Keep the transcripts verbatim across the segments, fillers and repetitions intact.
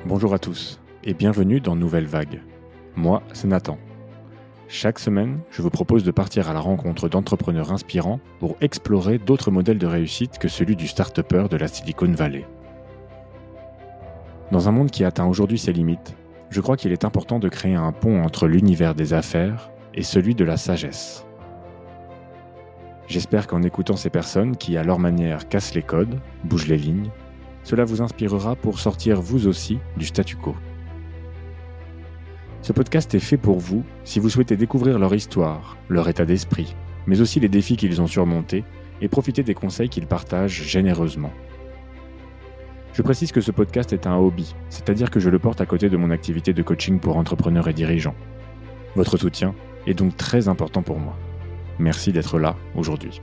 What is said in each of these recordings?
Bonjour à tous et bienvenue dans Nouvelle Vague. Moi, c'est Nathan. Chaque semaine, je vous propose de partir à la rencontre d'entrepreneurs inspirants pour explorer d'autres modèles de réussite que celui du start-upper de la Silicon Valley. Dans un monde qui atteint aujourd'hui ses limites, je crois qu'il est important de créer un pont entre l'univers des affaires et celui de la sagesse. J'espère qu'en écoutant ces personnes qui, à leur manière, cassent les codes, bougent les lignes, cela vous inspirera pour sortir vous aussi du statu quo. Ce podcast est fait pour vous si vous souhaitez découvrir leur histoire, leur état d'esprit, mais aussi les défis qu'ils ont surmontés et profiter des conseils qu'ils partagent généreusement. Je précise que ce podcast est un hobby, c'est-à-dire que je le porte à côté de mon activité de coaching pour entrepreneurs et dirigeants. Votre soutien est donc très important pour moi. Merci d'être là aujourd'hui.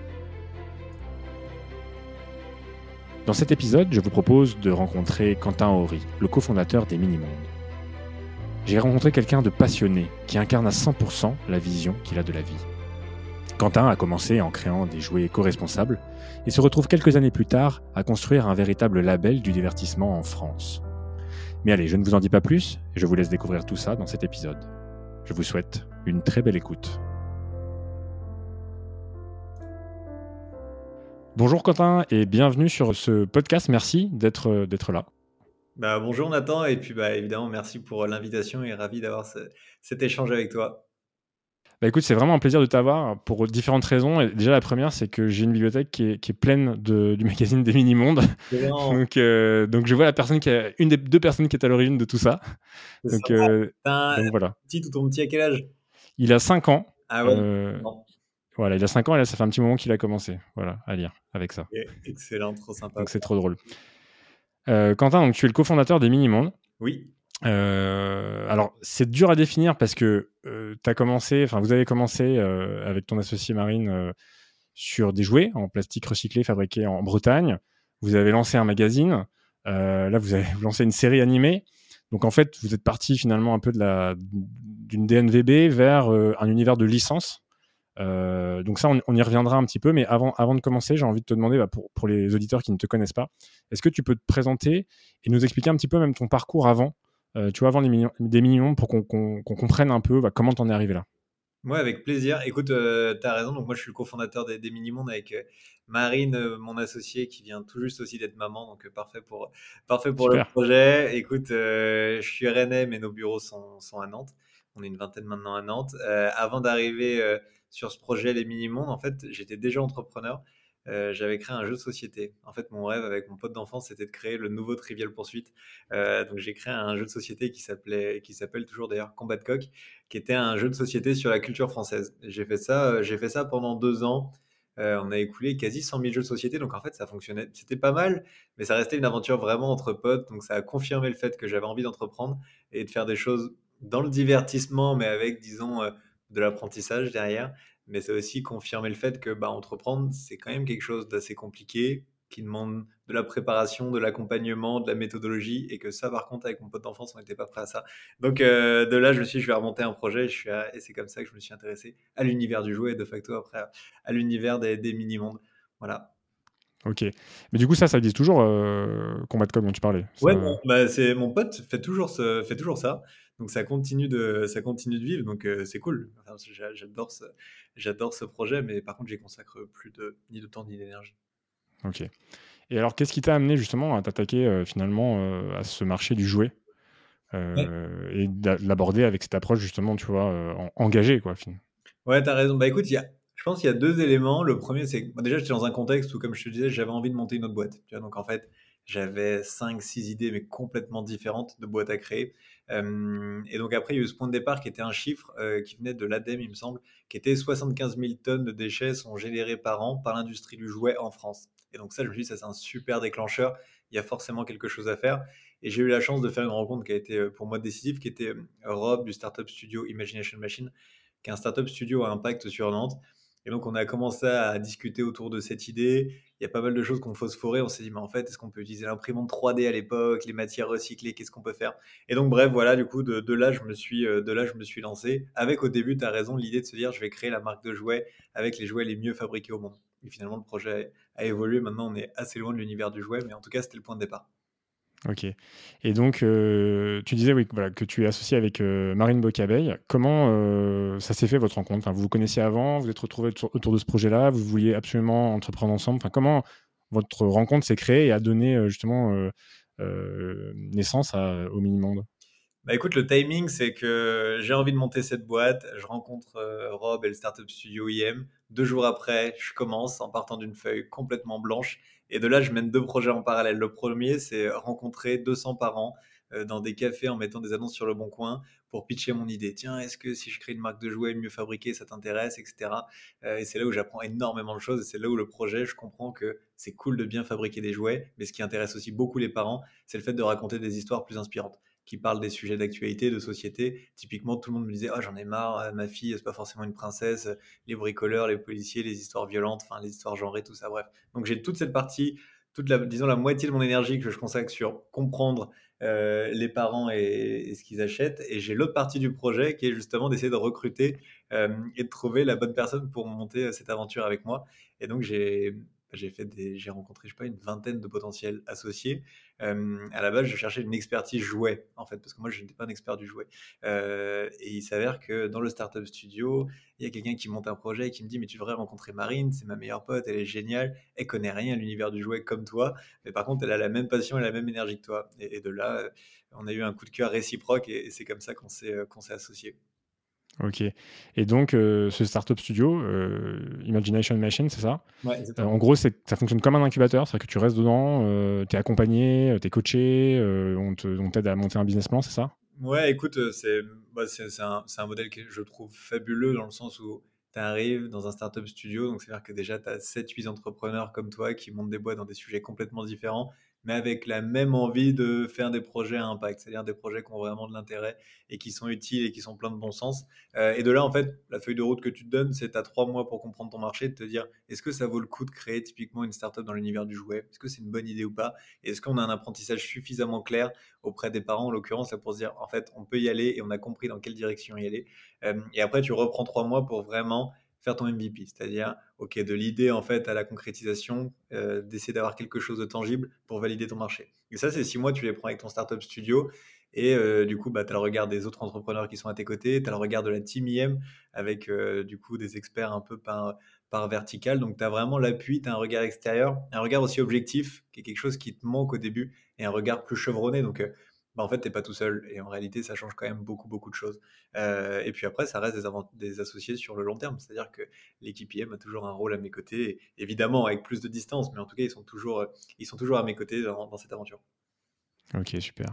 Dans cet épisode, je vous propose de rencontrer Quentin Horry, le cofondateur des Mini-Mondes. J'ai rencontré quelqu'un de passionné qui incarne à cent pour cent la vision qu'il a de la vie. Quentin a commencé en créant des jouets éco-responsables et se retrouve quelques années plus tard à construire un véritable label du divertissement en France. Mais allez, je ne vous en dis pas plus et je vous laisse découvrir tout ça dans cet épisode. Je vous souhaite une très belle écoute. Bonjour Quentin et bienvenue sur ce podcast. Merci d'être, d'être là. Bah, bonjour Nathan, et puis bah, évidemment merci pour l'invitation et ravi d'avoir ce, cet échange avec toi. Bah écoute, c'est vraiment un plaisir de t'avoir pour différentes raisons. Et déjà, la première, c'est que j'ai une bibliothèque qui est, qui est pleine de, du magazine des Mini-Mondes. donc, euh, donc, je vois la personne qui a, une des deux personnes qui est à l'origine de tout ça. C'est Donc, sympa. euh, T'as un donc voilà. petit ou ton petit à quel âge? Il a cinq ans. Ah ouais, euh, bon. Voilà, il a cinq ans et là, ça fait un petit moment qu'il a commencé voilà, à lire avec ça. Ok, excellent, trop sympa. Donc, c'est trop drôle. Euh, Quentin, donc, tu es le cofondateur des Mini-Mondes. Oui. Euh, alors, c'est dur à définir parce que euh, t'as commencé, enfin, vous avez commencé euh, avec ton associé Marine euh, sur des jouets en plastique recyclé fabriqués en Bretagne. Vous avez lancé un magazine. Euh, là, vous avez lancé une série animée. Donc, en fait, vous êtes parti finalement un peu de la, d'une D N V B vers euh, un univers de licence. Euh, donc ça, on, on y reviendra un petit peu. Mais avant, avant de commencer, j'ai envie de te demander, bah, pour, pour les auditeurs qui ne te connaissent pas, est-ce que tu peux te présenter et nous expliquer un petit peu même ton parcours avant, euh, tu vois, avant les mini- des Mini-Mondes pour qu'on, qu'on, qu'on comprenne un peu bah, comment t'en es arrivé là. Ouais, avec plaisir. Écoute, euh, tu as raison. Donc, moi, je suis le cofondateur des, des Mini-Mondes avec euh, Marine, euh, mon associée, qui vient tout juste aussi d'être maman. Donc, euh, parfait pour, parfait pour le Super. projet. Écoute, euh, je suis rennais, mais nos bureaux sont, sont à Nantes. On est une vingtaine maintenant à Nantes. Euh, avant d'arriver euh, sur ce projet, les Mini-Mondes, en fait, j'étais déjà entrepreneur. Euh, j'avais créé un jeu de société. En fait, mon rêve avec mon pote d'enfance, c'était de créer le nouveau Trivial Pursuit. Euh, donc, j'ai créé un jeu de société qui s'appelait, qui s'appelle toujours d'ailleurs Combat de Coq, qui était un jeu de société sur la culture française. J'ai fait ça, euh, j'ai fait ça pendant deux ans. Euh, on a écoulé quasi cent mille jeux de société, donc en fait ça fonctionnait, c'était pas mal, mais ça restait une aventure vraiment entre potes, donc ça a confirmé le fait que j'avais envie d'entreprendre et de faire des choses dans le divertissement, mais avec, disons, euh, de l'apprentissage derrière. Mais ça a aussi confirmé le fait que bah, entreprendre, c'est quand même quelque chose d'assez compliqué, qui demande de la préparation, de l'accompagnement, de la méthodologie, et que ça, par contre, avec mon pote d'enfance, on n'était pas prêt à ça. Donc euh, de là, je me suis dit, je vais remonter un projet, je suis à- et c'est comme ça que je me suis intéressé à l'univers du jouet et de facto après à, à l'univers des, des mini-mondes. Voilà. Ok. Mais du coup, ça, ça existe toujours, euh, Combat de Coq dont tu parlais. Ouais, Ça... bon, bah, c'est mon pote fait toujours ce, fait toujours ça, donc ça continue de, ça continue de vivre, donc euh, c'est cool. Enfin, j'a- j'adore ce, j'adore ce projet, mais par contre, j'y consacre plus de ni de temps ni d'énergie. Ok. Et alors, qu'est-ce qui t'a amené justement à t'attaquer euh, finalement euh, à ce marché du jouet Ouais. euh, et d'a- de l'aborder avec cette approche justement, tu vois, euh, en- engagée, quoi. fin- Ouais, t'as raison. Bah écoute, il y a, je pense qu'il y a deux éléments. Le premier, c'est que bah, déjà, j'étais dans un contexte où, comme je te disais, j'avais envie de monter une autre boîte. Tu vois, donc en fait, j'avais cinq, six idées, mais complètement différentes de boîtes à créer. Euh, et donc après, il y a eu ce point de départ qui était un chiffre euh, qui venait de l'ADEME, il me semble, qui était soixante-quinze mille tonnes de déchets sont générées par an par l'industrie du jouet en France. Et donc ça, je me suis dit, ça c'est un super déclencheur. Il y a forcément quelque chose à faire. Et j'ai eu la chance de faire une rencontre qui a été euh, pour moi décisive, qui était euh, Rob du startup studio Imagination Machine, qui est un startup studio à impact sur Nantes. Et donc, on a commencé à discuter autour de cette idée. Il y a pas mal de choses qu'on phosphorait. On s'est dit, mais en fait, est-ce qu'on peut utiliser l'imprimante trois D à l'époque, les matières recyclées, qu'est-ce qu'on peut faire? Et donc, bref, voilà, du coup, de, de là, je me suis, euh, de là, je me suis lancé. Avec, au début, tu as raison, l'idée de se dire, je vais créer la marque de jouets avec les jouets les mieux fabriqués au monde. Et finalement, le projet a évolué. Maintenant, on est assez loin de l'univers du jouet, mais en tout cas, c'était le point de départ. OK. Et donc, heu, tu disais, oui, que voilà, que tu es associé avec, heu, Marine Bocabeille. Comment, heu, ça s'est fait votre rencontre? Enfin, vous vous connaissiez avant? Vous vous êtes retrouvés autour autour de ce projet-là? Vous vouliez absolument entreprendre ensemble? Enfin, comment votre rencontre s'est créée et a donné, heu, justement, heu heu, naissance à au Mini-Monde? Bah écoute, le timing, c'est que j'ai envie de monter cette boîte. Je rencontre euh, Rob et le Startup Studio I M. Deux jours après, je commence en partant d'une feuille complètement blanche. Et de là, je mène deux projets en parallèle. Le premier, c'est rencontrer deux cents parents euh, dans des cafés en mettant des annonces sur le bon coin pour pitcher mon idée. Tiens, est-ce que si je crée une marque de jouets mieux fabriquée, ça t'intéresse, et cetera. Euh, et c'est là où j'apprends énormément de choses. Et c'est là où le projet, je comprends que c'est cool de bien fabriquer des jouets. Mais ce qui intéresse aussi beaucoup les parents, c'est le fait de raconter des histoires plus inspirantes qui parlent des sujets d'actualité, de société. Typiquement, tout le monde me disait oh, j'en ai marre, euh, ma fille, c'est pas forcément une princesse, euh, les bricoleurs, les policiers, les histoires violentes, enfin les histoires genrées, tout ça, bref. Donc j'ai toute cette partie, toute la, disons la moitié de mon énergie que je consacre sur comprendre euh, les parents et, et ce qu'ils achètent. Et j'ai l'autre partie du projet qui est justement d'essayer de recruter euh, et de trouver la bonne personne pour monter euh, cette aventure avec moi. Et donc j'ai j'ai fait des, j'ai rencontré, je sais pas, une vingtaine de potentiels associés. Euh, à la base, je cherchais une expertise jouet, en fait, parce que moi, je n'étais pas un expert du jouet. Euh, et il s'avère que dans le Startup Studio, il y a quelqu'un qui monte un projet et qui me dit, mais tu devrais rencontrer Marine, c'est ma meilleure pote, elle est géniale, elle connaît rien à l'univers du jouet comme toi, mais par contre, elle a la même passion et la même énergie que toi. Et, et de là, euh, on a eu un coup de cœur réciproque et, et c'est comme ça qu'on s'est, euh, qu'on s'est associés. OK. Et donc, heu, ce startup studio, heu, Imagination Machine, c'est ça? Ouais, Heu, exactement. en gros, c'est ça fonctionne comme un incubateur, c'est-à-dire que tu restes dedans, heu, tu es accompagné, heu, tu es coaché, heu, on te on t'aide à monter un business plan, c'est ça? Ouais, écoute, euh, c'est bah, c'est c'est un, c'est un modèle que je trouve fabuleux dans le sens où tu arrives dans un startup studio, donc c'est-à-dire que déjà tu as sept huit entrepreneurs comme toi qui montent des boîtes dans des sujets complètement différents, mais avec la même envie de faire des projets à impact, c'est-à-dire des projets qui ont vraiment de l'intérêt et qui sont utiles et qui sont pleins de bon sens. Euh, et de là, en fait, la feuille de route que tu te donnes, c'est tu as trois mois pour comprendre ton marché, de te dire est-ce que ça vaut le coup de créer typiquement une startup dans l'univers du jouet? Est-ce que c'est une bonne idée ou pas? Et est-ce qu'on a un apprentissage suffisamment clair auprès des parents en l'occurrence, là, pour se dire en fait on peut y aller et on a compris dans quelle direction y aller. Euh, et après tu reprends trois mois pour vraiment faire ton M V P, c'est-à-dire ok de l'idée en fait à la concrétisation, euh, d'essayer d'avoir quelque chose de tangible pour valider ton marché. Et ça c'est six mois tu les prends avec ton startup studio. Et euh, du coup, bah, tu as le regard des autres entrepreneurs qui sont à tes côtés, tu as le regard de la team I M avec euh, du coup des experts un peu par, par vertical. Donc tu as vraiment l'appui, tu as un regard extérieur, un regard aussi objectif, qui est quelque chose qui te manque au début, et un regard plus chevronné. Donc euh, bah, en fait, t'es pas tout seul. Et en réalité, ça change quand même beaucoup, beaucoup de choses. Euh, et puis après, ça reste des, avant- des associés sur le long terme. C'est-à-dire que l'équipe I M a toujours un rôle à mes côtés, et évidemment avec plus de distance, mais en tout cas, ils sont toujours, euh, ils sont toujours à mes côtés dans, dans cette aventure. OK, super.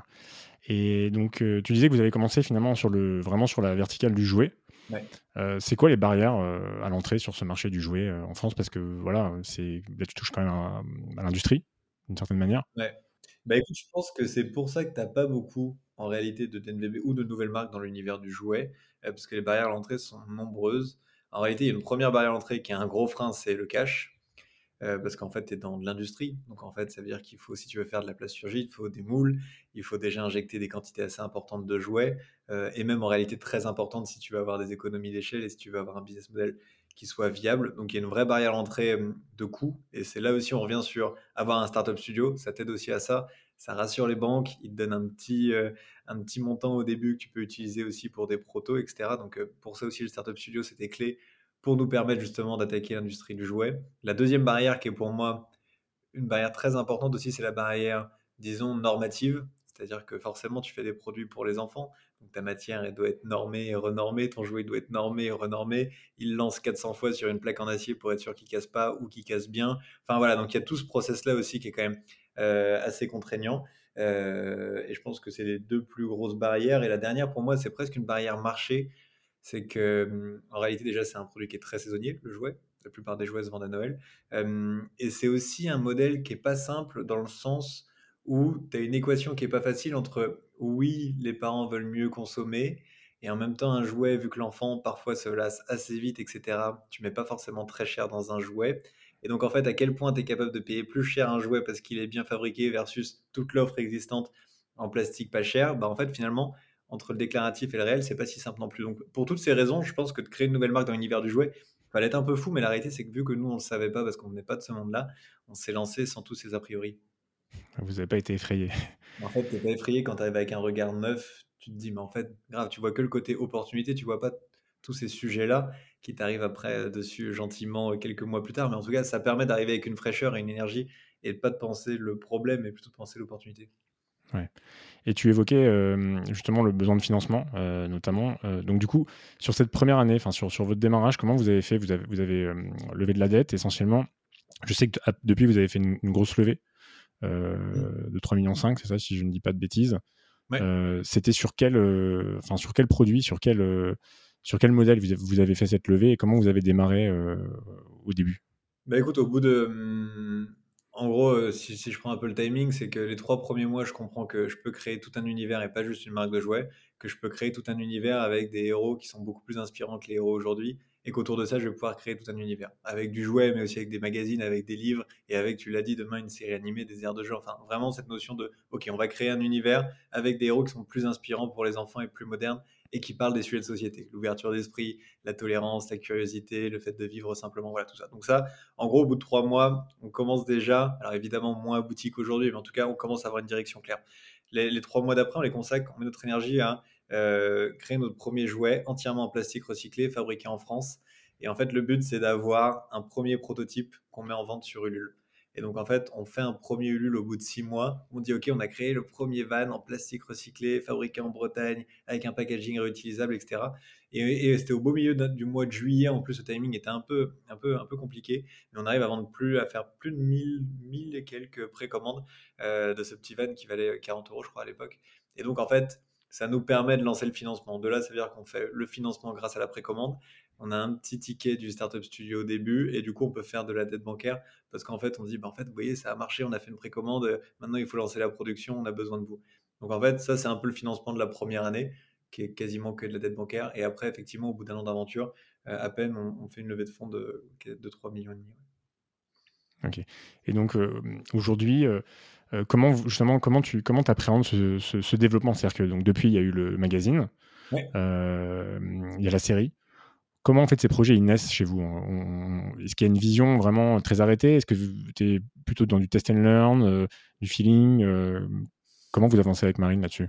Et donc, heu, tu disais que vous avez commencé finalement sur le vraiment sur la verticale du jouet. Ouais. Heu, c'est quoi les barrières, heu, à l'entrée sur ce marché du jouet, heu, en France? Parce que voilà, c'est là, tu touches quand même à, mmh, à l'industrie, d'une certaine manière. Ouais. Bah écoute, je pense que c'est pour ça que t'as pas beaucoup, en réalité, de T N V B ou de nouvelles marques dans l'univers du jouet, euh, parce que les barrières à l'entrée sont nombreuses. En réalité, il y a une première barrière à l'entrée qui est un gros frein, c'est le cash. Euh, parce qu'en fait, tu es dans de l'industrie. Donc, en fait, ça veut dire qu'il faut, si tu veux faire de la plasturgie, il faut des moules, il faut déjà injecter des quantités assez importantes de jouets, euh, et même en réalité très importantes si tu veux avoir des économies d'échelle et si tu veux avoir un business model qui soit viable. Donc, il y a une vraie barrière à l'entrée euh, de coûts. Et c'est là aussi, on revient sur avoir un startup studio. Ça t'aide aussi à ça. Ça rassure les banques. Ils te donnent un petit, euh, un petit montant au début que tu peux utiliser aussi pour des protos, et cetera. Donc, euh, pour ça aussi, le startup studio, c'était clé pour nous permettre justement d'attaquer l'industrie du jouet. La deuxième barrière qui est pour moi une barrière très importante aussi, c'est la barrière, disons, normative. C'est-à-dire que forcément, tu fais des produits pour les enfants. Donc ta matière, elle doit être normée et renormée. Ton jouet doit être normé et renormé. Il lance quatre cents fois sur une plaque en acier pour être sûr qu'il casse pas ou qu'il casse bien. Enfin voilà, donc il y a tout ce process-là aussi qui est quand même euh, assez contraignant. Euh, et je pense que c'est les deux plus grosses barrières. Et la dernière, pour moi, c'est presque une barrière marché. C'est que, hum, en réalité, déjà, c'est un produit qui est très saisonnier, le jouet. La plupart des jouets se vendent à Noël. Euh, et c'est aussi un modèle qui est pas simple dans le sens où tu as une équation qui est pas facile entre oui, les parents veulent mieux consommer et en même temps un jouet, vu que l'enfant parfois se lasse assez vite, et cetera, tu mets pas forcément très cher dans un jouet. Et donc en fait, à quel point tu es capable de payer plus cher un jouet parce qu'il est bien fabriqué versus toute l'offre existante en plastique pas cher, bah en fait finalement, entre le déclaratif et le réel, c'est pas si simple non plus. Donc pour toutes ces raisons, je pense que de créer une nouvelle marque dans l'univers du jouet, fallait être un peu fou, mais la réalité, c'est que vu que nous, on le savait pas parce qu'on venait pas de ce monde-là, on s'est lancé sans tous ces a priori. Vous n'avez pas été effrayé. En fait, t'es pas effrayé quand tu arrives avec un regard neuf. Tu te dis, mais en fait, grave, tu vois que le côté opportunité, tu vois pas tous ces sujets-là qui t'arrivent après euh, dessus gentiment euh, quelques mois plus tard. Mais en tout cas, ça permet d'arriver avec une fraîcheur et une énergie et de pas de penser le problème, mais plutôt de penser l'opportunité. Ouais. Et tu évoquais euh, justement le besoin de financement, euh, notamment. Euh, donc du coup, sur cette première année, enfin sur, sur votre démarrage, comment vous avez fait? Vous avez, vous avez euh, levé de la dette essentiellement. Je sais que t- à- depuis, vous avez fait une, une grosse levée Mm. euh, de trois virgule cinq millions, c'est ça, si je ne dis pas de bêtises. Ouais. Euh, c'était sur quel, euh, enfin, sur quel produit, sur quel, euh, sur quel modèle vous avez, vous avez fait cette levée et comment vous avez démarré euh, au début? Bah écoute, au bout de. hum, En gros, euh, si, si je prends un peu le timing, c'est que les trois premiers mois, je comprends que je peux créer tout un univers et pas juste une marque de jouets, que je peux créer tout un univers avec des héros qui sont beaucoup plus inspirants que les héros aujourd'hui, et qu'autour de ça, je vais pouvoir créer tout un univers. Avec du jouet, mais aussi avec des magazines, avec des livres, et avec, tu l'as dit, demain, une série animée, des aires de jeu. Enfin, vraiment cette notion de, OK, on va créer un univers avec des héros qui sont plus inspirants pour les enfants et plus modernes, et qui parlent des sujets de société. L'ouverture d'esprit, la tolérance, la curiosité, le fait de vivre simplement, voilà, tout ça. Donc ça, en gros, au bout de trois mois, on commence déjà, alors évidemment moins abouti qu'aujourd'hui, mais en tout cas, on commence à avoir une direction claire. Les, les trois mois d'après, on les consacre, on met notre énergie à euh, créer notre premier jouet entièrement en plastique recyclé, fabriqué en France. Et en fait, le but, c'est d'avoir un premier prototype qu'on met en vente sur Ulule. Et donc, en fait, on fait un premier Ulule au bout de six mois. On dit, OK, on a créé le premier van en plastique recyclé, fabriqué en Bretagne, avec un packaging réutilisable, et cetera. Et, et c'était au beau milieu du mois de juillet. En plus, le timing était un peu, un peu, un peu compliqué. Mais on arrive à vendre plus, à faire plus de mille, mille et quelques précommandes euh, de ce petit van qui valait quarante euros, je crois, à l'époque. Et donc, en fait, ça nous permet de lancer le financement. De là, ça veut dire qu'on fait le financement grâce à la précommande. On a un petit ticket du Startup Studio au début et du coup, on peut faire de la dette bancaire parce qu'en fait, on se dit, bah, en fait, vous voyez, ça a marché, on a fait une précommande, maintenant il faut lancer la production, on a besoin de vous. Donc, en fait, ça, c'est un peu le financement de la première année qui est quasiment que de la dette bancaire. Et après, effectivement, au bout d'un an d'aventure, euh, à peine, on, on fait une levée de fonds de, de trois millions et demi. Ok. Et donc euh, aujourd'hui, euh, euh, comment vous- justement comment tu comment appréhendes ce, ce- ce développement? C'est-à-dire que donc depuis il y a eu le magazine, Ouais. euh, il y a la série. Comment en fait ces projets ils naissent chez vous? On- on- Est-ce qu'il y a une vision vraiment très arrêtée? Est-ce que tu es plutôt dans du test and learn, euh, du feeling? euh, Comment vous avancez avec Marine là-dessus?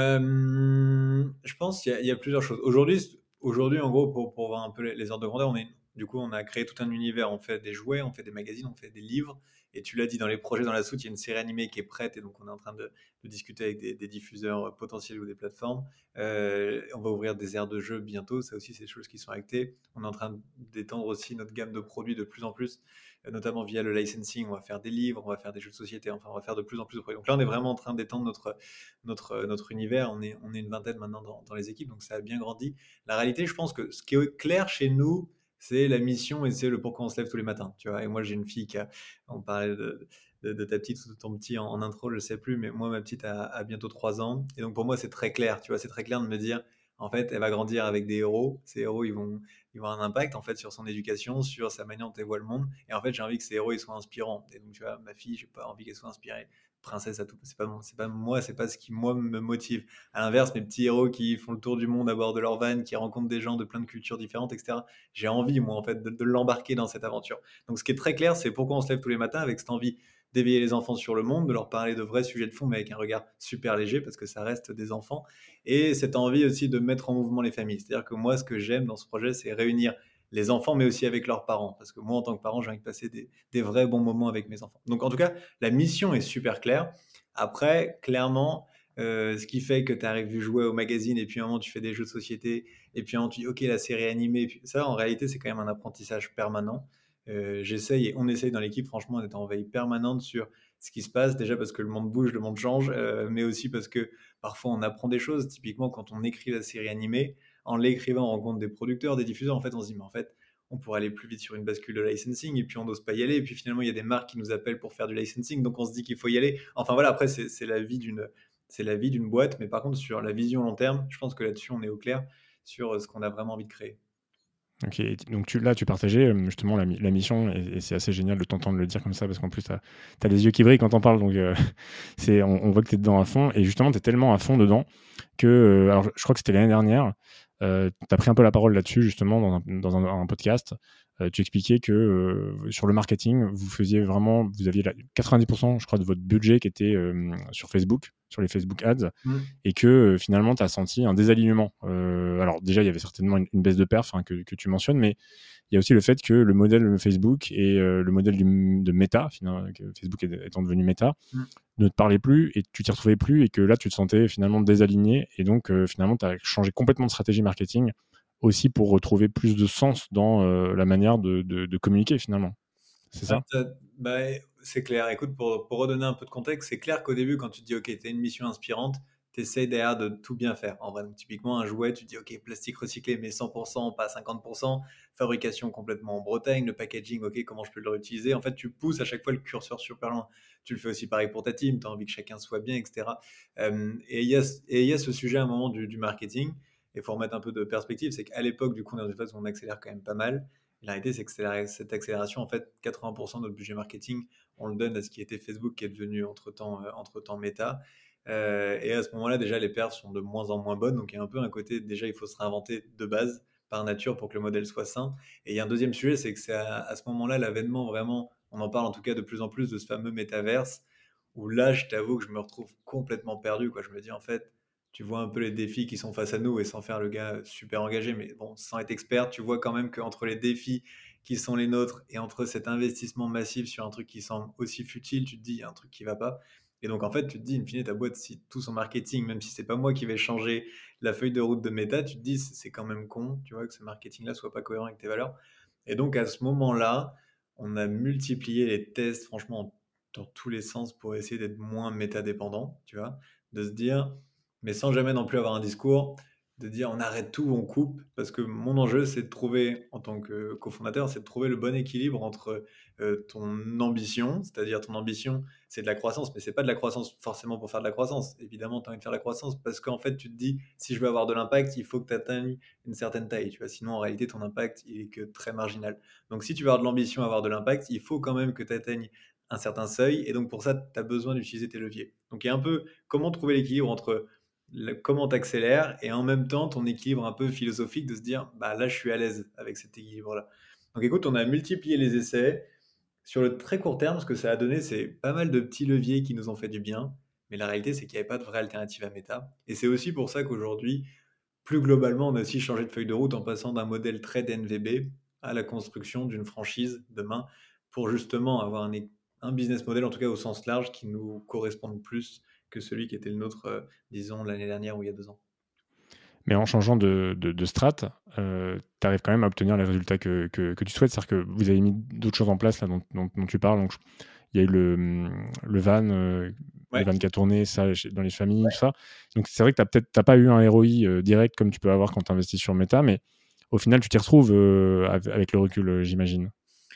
Euh, je pense qu'il y, a- il y a plusieurs choses. Aujourd'hui, aujourd'hui, en gros, pour, pour voir un peu les, les ordres de grandeur, on est, du coup, on a créé tout un univers. On fait des jouets, on fait des magazines, on fait des livres. Et tu l'as dit, dans les projets, dans la soute, il y a une série animée qui est prête. Et donc, on est en train de, de discuter avec des, des diffuseurs potentiels ou des plateformes. Euh, on va ouvrir des aires de jeux bientôt. Ça aussi, c'est des choses qui sont actées. On est en train d'étendre aussi notre gamme de produits de plus en plus, euh, notamment via le licensing. On va faire des livres, on va faire des jeux de société. Enfin, on va faire de plus en plus de produits. Donc là, on est vraiment en train d'étendre notre notre, notre univers. On est, on est une vingtaine maintenant dans, dans les équipes, donc ça a bien grandi. La réalité, je pense que ce qui est clair chez nous, c'est la mission et c'est le pourquoi on se lève tous les matins. Tu vois, et moi, j'ai une fille qui a, on parlait de, de, de ta petite ou de ton petit en, en intro, je sais plus, mais moi, ma petite a, a bientôt trois ans. Et donc, pour moi, c'est très clair. Tu vois, c'est très clair de me dire, en fait, elle va grandir avec des héros. Ces héros, ils vont, ils vont avoir un impact, en fait, sur son éducation, sur sa manière dont elle voit le monde. Et en fait, j'ai envie que ces héros, ils soient inspirants. Et donc, tu vois, ma fille, j'ai pas envie qu'elle soit inspirée princesse à tout. C'est pas, mon- c'est pas moi, c'est pas ce qui moi me motive. À l'inverse, mes petits héros qui font le tour du monde à bord de leur van, qui rencontrent des gens de plein de cultures différentes, et cetera. J'ai envie, moi, en fait, de, de l'embarquer dans cette aventure. Donc, ce qui est très clair, c'est pourquoi on se lève tous les matins avec cette envie d'éveiller les enfants sur le monde, de leur parler de vrais sujets de fond, mais avec un regard super léger, parce que ça reste des enfants, et cette envie aussi de mettre en mouvement les familles. C'est-à-dire que moi, ce que j'aime dans ce projet, c'est réunir les enfants, mais aussi avec leurs parents. Parce que moi, en tant que parent, j'ai envie de passer des, des vrais bons moments avec mes enfants. Donc, en tout cas, la mission est super claire. Après, clairement, euh, ce qui fait que tu arrives du jouet au magazine et puis à un moment tu fais des jeux de société et puis à un moment tu dis ok la série animée, et puis ça en réalité c'est quand même un apprentissage permanent. Euh, j'essaye et on essaye dans l'équipe franchement d'être en veille permanente sur ce qui se passe déjà parce que le monde bouge, le monde change, euh, mais aussi parce que parfois on apprend des choses. Typiquement quand on écrit la série animée, en l'écrivant on rencontre des producteurs, des diffuseurs, en fait on se dit mais en fait on pourrait aller plus vite sur une bascule de licensing et puis on n'ose pas y aller et puis finalement il y a des marques qui nous appellent pour faire du licensing donc on se dit qu'il faut y aller. Enfin voilà, après c'est, c'est la vie d'une c'est la vie d'une boîte, mais par contre sur la vision long terme, je pense que là-dessus on est au clair sur ce qu'on a vraiment envie de créer. Ok, et t- donc tu, là, tu partageais euh, justement la, mi- la mission, et, et c'est assez génial de t'entendre le dire comme ça, parce qu'en plus, tu as les yeux qui brillent quand t'en parles, donc euh, c'est, on, on voit que tu es dedans à fond, et justement, tu es tellement à fond dedans que, euh, alors je crois que c'était l'année dernière, Euh, tu as pris un peu la parole là-dessus, justement, dans un, dans un, un podcast. Euh, tu expliquais que euh, sur le marketing, vous faisiez vraiment, vous aviez la, quatre-vingt-dix pour cent, je crois, de votre budget qui était euh, sur Facebook, sur les Facebook Ads, Mm. et que euh, finalement, tu as senti un désalignement. Euh, alors, déjà, il y avait certainement une, une baisse de perf hein, que, que tu mentionnes, mais il y a aussi le fait que le modèle Facebook et euh, le modèle du, de Meta, finalement, que Facebook étant devenu Meta, Mm. ne te parlait plus et tu t'y retrouvais plus et que là, tu te sentais finalement désaligné. Et donc, euh, finalement, tu as changé complètement de stratégie marketing aussi pour retrouver plus de sens dans euh, la manière de, de, de communiquer finalement. C'est Ouais, ça? t'as- bah, c'est clair. Écoute, pour, pour redonner un peu de contexte, c'est clair qu'au début, quand tu te dis, OK, tu as une mission inspirante, tu essaies derrière de tout bien faire. En vrai, donc, typiquement, un jouet, tu te dis, OK, plastique recyclé, mais cent pour cent, pas cinquante pour cent, fabrication complètement en Bretagne, le packaging, OK, comment je peux le réutiliser? En fait, tu pousses à chaque fois le curseur super loin. Tu le fais aussi pareil pour ta team, tu as envie que chacun soit bien, et cetera. Euh, et il y a, et il y a ce sujet à un moment du, du marketing, et il faut remettre un peu de perspective, c'est qu'à l'époque, du coup, on est dans une phase où on accélère quand même pas mal. Et la réalité, c'est que c'est cette accélération, en fait, quatre-vingts pour cent de notre budget marketing, on le donne à ce qui était Facebook, qui est devenu entre-temps euh, entre-temps Meta. Euh, et à ce moment-là, déjà, les perfs sont de moins en moins bonnes. Donc, il y a un peu un côté, déjà, il faut se réinventer de base, par nature, pour que le modèle soit sain. Et il y a un deuxième sujet, c'est que c'est à, à ce moment-là, l'avènement, vraiment, on en parle en tout cas de plus en plus de ce fameux métaverse, où là, je t'avoue que je me retrouve complètement perdu, quoi. Je me dis, en fait, tu vois un peu les défis qui sont face à nous et sans faire le gars super engagé, mais bon, sans être expert, tu vois quand même qu'entre les défis qui sont les nôtres et entre cet investissement massif sur un truc qui semble aussi futile, tu te dis, il y a un truc qui va pas. Et donc, en fait, tu te dis, in fine, ta boîte, si tout son marketing, même si c'est pas moi qui vais changer la feuille de route de Meta, tu te dis, c'est quand même con, tu vois, que ce marketing-là soit pas cohérent avec tes valeurs. Et donc, à ce moment-là, on a multiplié les tests, franchement, dans tous les sens pour essayer d'être moins méta-dépendant, tu vois, de se dire, mais sans jamais non plus avoir un discours de dire on arrête tout, on coupe, parce que mon enjeu, c'est de trouver, en tant que cofondateur, c'est de trouver le bon équilibre entre euh, ton ambition, c'est-à-dire ton ambition, c'est de la croissance, mais c'est pas de la croissance forcément pour faire de la croissance. Évidemment, tu as envie de faire de la croissance parce qu'en fait, tu te dis, si je veux avoir de l'impact, il faut que tu atteignes une certaine taille, tu vois, sinon en réalité, ton impact, il est que très marginal. Donc si tu veux avoir de l'ambition, avoir de l'impact, il faut quand même que tu atteignes un certain seuil, et donc pour ça, tu as besoin d'utiliser tes leviers. Donc il y a un peu comment trouver l'équilibre entre le- comment t'accélères et en même temps ton équilibre un peu philosophique de se dire bah là je suis à l'aise avec cet équilibre là. Donc écoute, on a multiplié les essais sur le très court terme. Ce que ça a donné, c'est pas mal de petits leviers qui nous ont fait du bien, mais la réalité c'est qu'il n'y avait pas de vraie alternative à Meta, et c'est aussi pour ça qu'aujourd'hui, plus globalement, on a aussi changé de feuille de route en passant d'un modèle très D N V B à la construction d'une franchise demain, pour justement avoir un, é- un business model, en tout cas au sens large, qui nous corresponde plus que celui qui était le nôtre, euh, disons, l'année dernière ou il y a deux ans. Mais en changeant de, de, de strat, euh, tu arrives quand même à obtenir les résultats que, que, que tu souhaites. C'est-à-dire que vous avez mis d'autres choses en place là, dont, dont, dont tu parles. Donc, il y a eu le, le van, euh, le Ouais. van qui a tourné, ça, chez- dans les familles, tout ça. Donc, c'est vrai que tu n'as peut-être t'as pas eu un R O I euh, direct comme tu peux avoir quand tu investis sur Meta, mais au final, tu t'y retrouves euh, av- avec le recul, euh, j'imagine.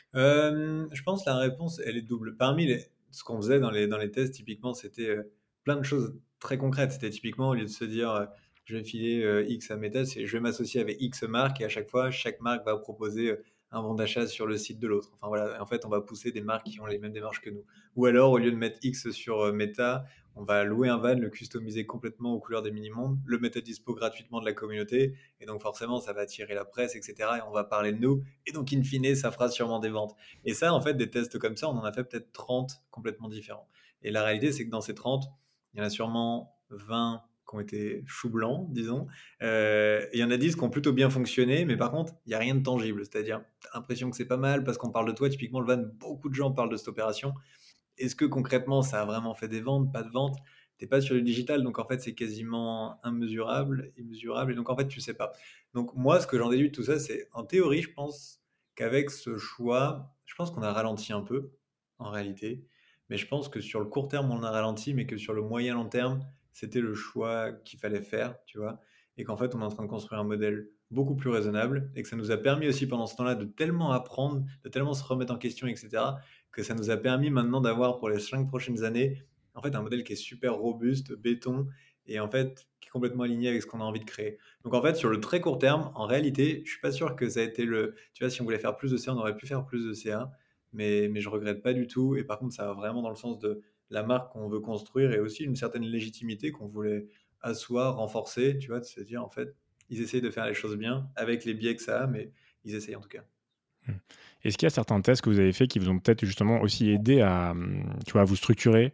Euh, je pense que la réponse, elle est double. Parmi les, ce qu'on faisait dans les, dans les tests, typiquement, c'était euh, plein de choses très concrètes. C'était typiquement, au lieu de se dire, euh, je vais filer euh, X à Meta, c'est je vais m'associer avec X marque, et à chaque fois, chaque marque va proposer euh, un bon d'achat sur le site de l'autre. Enfin voilà, en fait, on va pousser des marques qui ont les mêmes démarches que nous. Ou alors, au lieu de mettre X sur euh, Meta, on va louer un van, le customiser complètement aux couleurs des mini-mondes, le mettre à dispo gratuitement de la communauté, et donc forcément, ça va attirer la presse, et cetera. Et on va parler de nous, et donc, in fine, ça fera sûrement des ventes. Et ça, en fait, des tests comme ça, on en a fait peut-être trente complètement différents. Et la réalité, c'est que dans ces trente, il y en a sûrement vingt qui ont été chou blanc, disons. Euh, et il y en a dix qui ont plutôt bien fonctionné, mais par contre, il n'y a rien de tangible. C'est-à-dire, tu as l'impression que c'est pas mal parce qu'on parle de toi. Typiquement, le van, beaucoup de gens parlent de cette opération. Est-ce que concrètement, ça a vraiment fait des ventes, pas de ventes? T'es pas sur le digital, donc en fait, c'est quasiment immesurable, immesurable, et donc en fait, tu sais pas. Donc moi, ce que j'en déduis de tout ça, c'est en théorie, je pense qu'avec ce choix, je pense qu'on a ralenti un peu, en réalité, mais je pense que sur le court terme, on a ralenti, mais que sur le moyen long terme, c'était le choix qu'il fallait faire, tu vois, et qu'en fait, on est en train de construire un modèle beaucoup plus raisonnable, et que ça nous a permis aussi pendant ce temps-là de tellement apprendre, de tellement se remettre en question, et cetera, que ça nous a permis maintenant d'avoir pour les cinq prochaines années, en fait, un modèle qui est super robuste, béton, et en fait, qui est complètement aligné avec ce qu'on a envie de créer. Donc en fait, sur le très court terme, en réalité, je suis pas sûr que ça a été le... Tu vois, si on voulait faire plus de C A, on aurait pu faire plus de C A, mais, mais je regrette pas du tout. Et par contre, ça va vraiment dans le sens de la marque qu'on veut construire, et aussi une certaine légitimité qu'on voulait asseoir, renforcer, tu vois, de se dire, en fait, ils essayent de faire les choses bien avec les biais que ça a, mais ils essayent en tout cas. Mmh. Est-ce qu'il y a certains tests que vous avez faits qui vous ont peut-être justement aussi aidé à, mmh, tu vois, à vous structurer,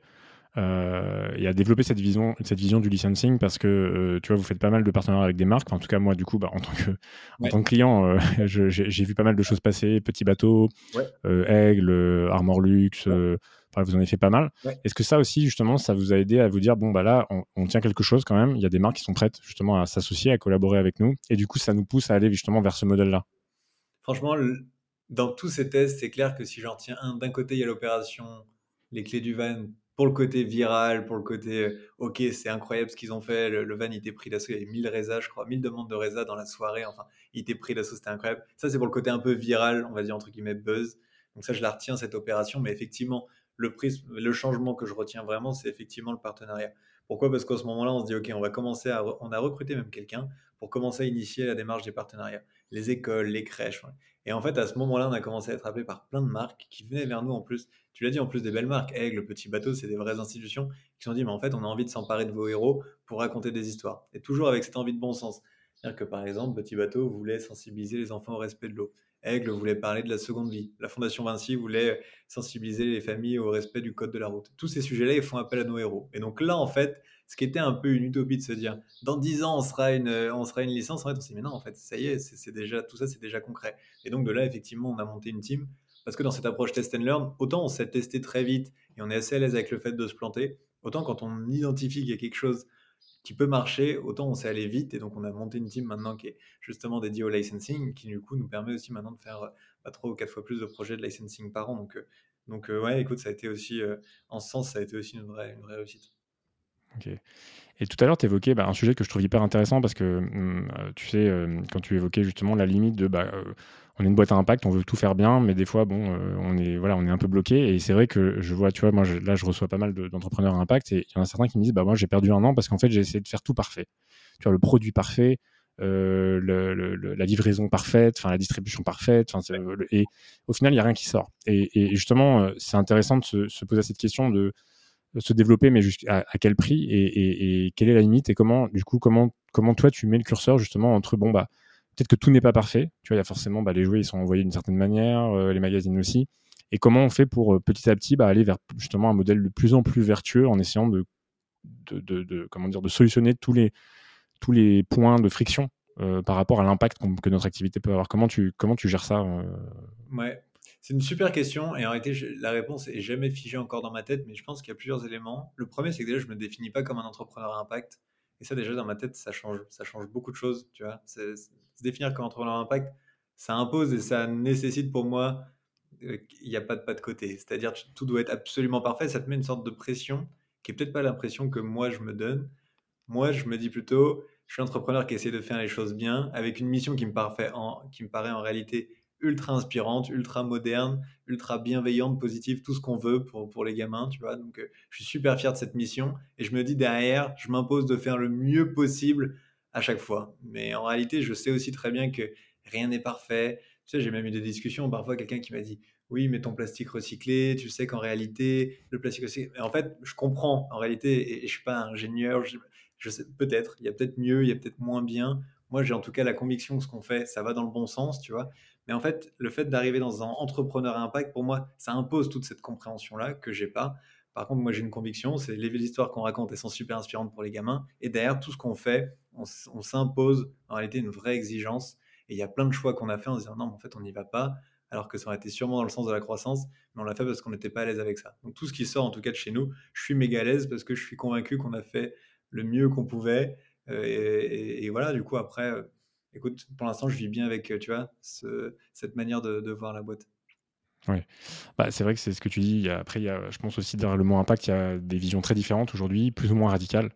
heu et à développer cette vision cette vision du licensing? Parce que, heu, tu vois, vous faites pas mal de partenariats avec des marques. Enfin, en tout cas, moi, du coup, bah, en tant que en Ouais, tant que client, heu, je j'ai j'ai vu pas mal de choses passer, Petit Bateau, ouais, heu, Aigle, heu, Armor Luxe, ouais, heu, enfin, vous en avez fait pas mal. ouais. Est-ce que ça aussi, justement, ça vous a aidé à vous dire: «Bon, bah, là, on on tient quelque chose quand même». Il y a des marques qui sont prêtes justement à s'associer, à collaborer avec nous et du coup, ça nous pousse à aller justement vers ce modèle-là? Franchement, le- dans tous ces tests, c'est clair que si j'en retiens un, d'un côté, il y a l'opération, les clés du van, pour le côté viral, pour le côté, euh, ok, c'est incroyable ce qu'ils ont fait, le, le van, il était pris d'assaut, il y avait mille résas, je crois, mille demandes de résas dans la soirée, enfin, il était pris d'assaut, c'était incroyable. Ça, c'est pour le côté un peu viral, on va dire entre guillemets buzz. Donc ça, je la retiens, cette opération, mais effectivement, le prisme, le changement que je retiens vraiment, c'est effectivement le partenariat. Pourquoi? Parce qu'à ce moment-là, on se dit, ok, on va commencer à, re- on a recruté même quelqu'un pour commencer à initier la démarche des partenariats. Les écoles, les crèches, ouais. Et en fait, à ce moment-là, on a commencé à être appelé par plein de marques qui venaient vers nous en plus. Tu l'as dit, en plus des belles marques. Aigle, Petit Bateau, c'est des vraies institutions qui se sont dit, mais en fait, on a envie de s'emparer de vos héros pour raconter des histoires. Et toujours avec cette envie de bon sens. C'est-à-dire que par exemple, Petit Bateau voulait sensibiliser les enfants au respect de l'eau. Aigle voulait parler de la seconde vie. La Fondation Vinci voulait sensibiliser les familles au respect du code de la route. Tous ces sujets-là, ils font appel à nos héros. Et donc là, en fait, ce qui était un peu une utopie de se dire, dans dix ans, on sera une, on sera une licence, en fait, on s'est dit, mais non, en fait, ça y est, c'est c'est déjà, tout ça, c'est déjà concret. Et donc de là, effectivement, on a monté une team. Parce que dans cette approche test and learn, autant on s'est testé très vite et on est assez à l'aise avec le fait de se planter, autant quand on identifie qu'il y a quelque chose qui peut marcher, autant on sait aller vite. Et donc on a monté une team maintenant qui est justement dédiée au licensing, qui du coup nous permet aussi maintenant de faire euh, bah, trois ou quatre fois plus de projets de licensing par an. Donc, euh, donc euh, ouais, écoute, ça a été aussi, euh, en ce sens, ça a été aussi une vraie, une vraie réussite. OK. Et tout à l'heure, tu évoquais, bah, un sujet que je trouve hyper intéressant parce que, mmh, heu, tu sais, hem, quand tu évoquais justement la limite de, bah, heu, on est une boîte à impact, on veut tout faire bien, mais des fois, bon, heu, on est voilà, on est un peu bloqué et c'est vrai que je vois, tu vois, moi, je là, je reçois pas mal de d'entrepreneurs à impact et il y en a certains qui me disent: «Bah, moi, j'ai perdu un an parce qu'en fait, j'ai essayé de faire tout parfait». Tu vois, le produit parfait, heu, le le le la livraison parfaite, enfin, la distribution parfaite, enfin, c'est, heu, le et au final, il y a rien qui sort et et justement, heu, c'est intéressant de se se poser cette question de se développer, mais jusqu'à à quel prix et, et, et quelle est la limite et comment, du coup, comment, comment toi tu mets le curseur justement entre bon bah peut-être que tout n'est pas parfait, tu vois, il y a forcément bah, les jouets ils sont envoyés d'une certaine manière, euh, les magazines aussi, et comment on fait pour euh, petit à petit bah, aller vers justement un modèle de plus en plus vertueux en essayant de, de, de, de comment dire de solutionner tous les tous les points de friction euh, par rapport à l'impact qu'on- que notre activité peut avoir. Comment tu comment tu gères ça euh, Ouais, c'est une super question et en réalité, je- la réponse est jamais figée encore dans ma tête, mais je pense qu'il y a plusieurs éléments. Le premier, c'est que déjà, je me définis pas comme un entrepreneur à impact. Et ça, déjà, dans ma tête, ça change, ça change beaucoup de choses, tu vois. C'est- c'est- se définir comme entrepreneur à impact, ça impose et ça nécessite pour moi euh, qu'il n'y a pas de pas de côté. C'est-à-dire, tu- tout doit être absolument parfait. Ça te met une sorte de pression qui est peut-être pas l'impression que moi, je me donne. Moi, je me dis plutôt, je suis entrepreneur qui essaie de faire les choses bien, avec une mission qui me, parfait en, qui me paraît en réalité ultra inspirante, ultra moderne, ultra bienveillante, positive, tout ce qu'on veut pour, pour les gamins, tu vois. Donc, euh, je suis super fier de cette mission et je me dis derrière, je m'impose de faire le mieux possible à chaque fois. Mais en réalité, je sais aussi très bien que rien n'est parfait. Tu sais, j'ai même eu des discussions, parfois quelqu'un qui m'a dit, oui, mais ton plastique recyclé, tu sais qu'en réalité, le plastique recyclé. Mais en fait, je comprends en réalité, et, et je suis pas ingénieur, je, je sais, peut-être, il y a peut-être mieux, il y a peut-être moins bien. Moi, j'ai en tout cas la conviction que ce qu'on fait, ça va dans le bon sens, tu vois. Mais en fait, le fait d'arriver dans un entrepreneur à impact, pour moi, ça impose toute cette compréhension-là que j'ai pas. Par contre, moi, j'ai une conviction, c'est les histoires qu'on raconte, elles sont super inspirantes pour les gamins. Et derrière, tout ce qu'on fait, on, on s'impose en réalité une vraie exigence. Et il y a plein de choix qu'on a fait en se disant non, mais en fait, on n'y va pas, alors que ça aurait été sûrement dans le sens de la croissance, mais on l'a fait parce qu'on n'était pas à l'aise avec ça. Donc tout ce qui sort, en tout cas de chez nous, je suis méga à l'aise parce que je suis convaincu qu'on a fait le mieux qu'on pouvait. Euh, et, et- et voilà, du coup, après, euh, écoute, pour l'instant, je vis bien avec, euh, tu vois, ce- cette manière de, de voir la boîte. Ouais. Bah, c'est vrai que c'est ce que tu dis. Il y a- Après, il y a, je pense aussi derrière le mot impact, il y a des visions très différentes aujourd'hui, plus ou moins radicales.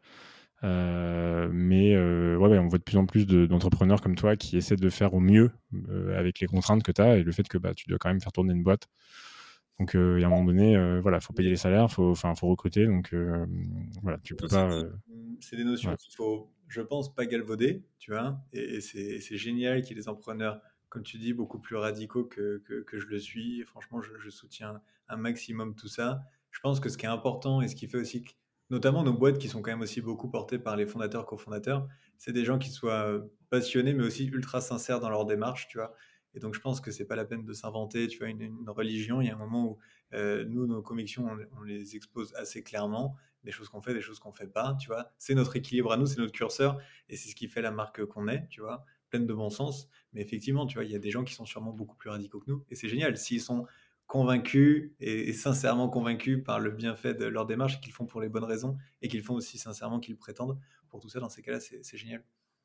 Euh, mais euh, ouais, ouais, on voit de plus en plus de- d'entrepreneurs comme toi qui essaient de faire au mieux euh, avec les contraintes que tu as et le fait que bah, tu dois quand même faire tourner une boîte. Donc, euh, il y a un moment donné, euh, voilà, faut payer les salaires, faut, enfin, faut recruter. Donc, euh, voilà, tu peux C'est pas. euh, c'est des notions ouais. qu'il faut, je pense, pas galvauder, tu vois, et, et c'est et c'est génial qu'il y ait des entrepreneurs, comme tu dis, beaucoup plus radicaux que, que, que je le suis. Et franchement, je, je soutiens un maximum tout ça. Je pense que ce qui est important et ce qui fait aussi notamment nos boîtes qui sont quand même aussi beaucoup portées par les fondateurs, cofondateurs, c'est des gens qui soient euh, passionnés, mais aussi ultra sincères dans leur démarche, tu vois. Et donc, je pense que c'est pas la peine de s'inventer, tu vois, une, une religion. Il y a un moment où euh, nous, nos convictions, on, on les expose assez clairement, des choses qu'on fait, des choses qu'on fait pas, tu vois. C'est notre équilibre à nous, c'est notre curseur, et c'est ce qui fait la marque qu'on est, tu vois, pleine de bon sens. Mais effectivement, tu vois, il y a des gens qui sont sûrement beaucoup plus radicaux que nous, et c'est génial. S'ils sont convaincus et, et sincèrement convaincus par le bienfait de leur démarche et qu'ils font pour les bonnes raisons et qu'ils font aussi sincèrement qu'ils prétendent. Pour tout ça, dans ces cas-là, c'est c'est génial.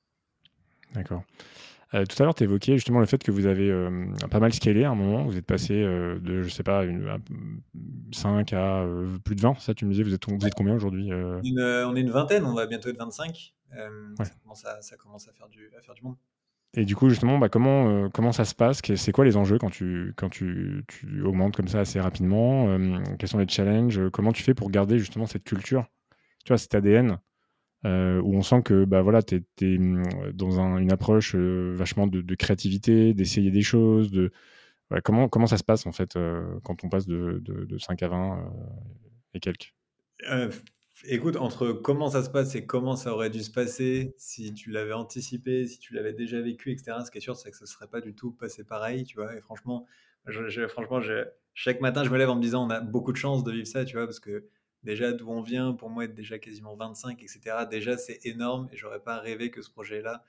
D'accord. Heu, tout à l'heure, tu évoquais justement le fait que vous avez, hem, pas mal scalé à un moment. Vous êtes passé, heu, de je sais pas, une à mmh, cinq à, heu, plus de vingt, ça tu me disais? Vous êtes vous êtes combien aujourd'hui, heu? Une, euh, on est une vingtaine, on va bientôt être vingt-cinq. Euh, Ouais. ça, commence à, ça commence à faire du, à faire du monde. Et du coup, justement, bah, comment, heu, comment ça se passe? Qu'est c'est quoi les enjeux quand tu quand tu tu augmentes comme ça assez rapidement? Hem, quels sont les challenges? Heu, comment tu fais pour garder justement cette culture, tu vois, cet A D N, heu, où on sent que, bah, voilà, tu es mmh, dans un une approche, heu, vachement de de créativité, d'essayer des choses, de ouais, comment comment ça se passe en fait, heu, quand on passe de de de cinq à vingt, heu, et quelques? Euh, Écoute, entre comment ça se passe et comment ça aurait dû se passer, si tu l'avais anticipé, si tu l'avais déjà vécu, et cetera, ce qui est sûr, c'est que ça ne serait pas du tout passé pareil, tu vois. Et franchement, je, je- franchement je- chaque matin, je me lève en me disant, on a beaucoup de chance de vivre ça, tu vois, parce que déjà, d'où on vient, pour moi, être déjà quasiment vingt-cinq, et cetera, déjà, c'est énorme et j'aurais pas rêvé que ce projet-là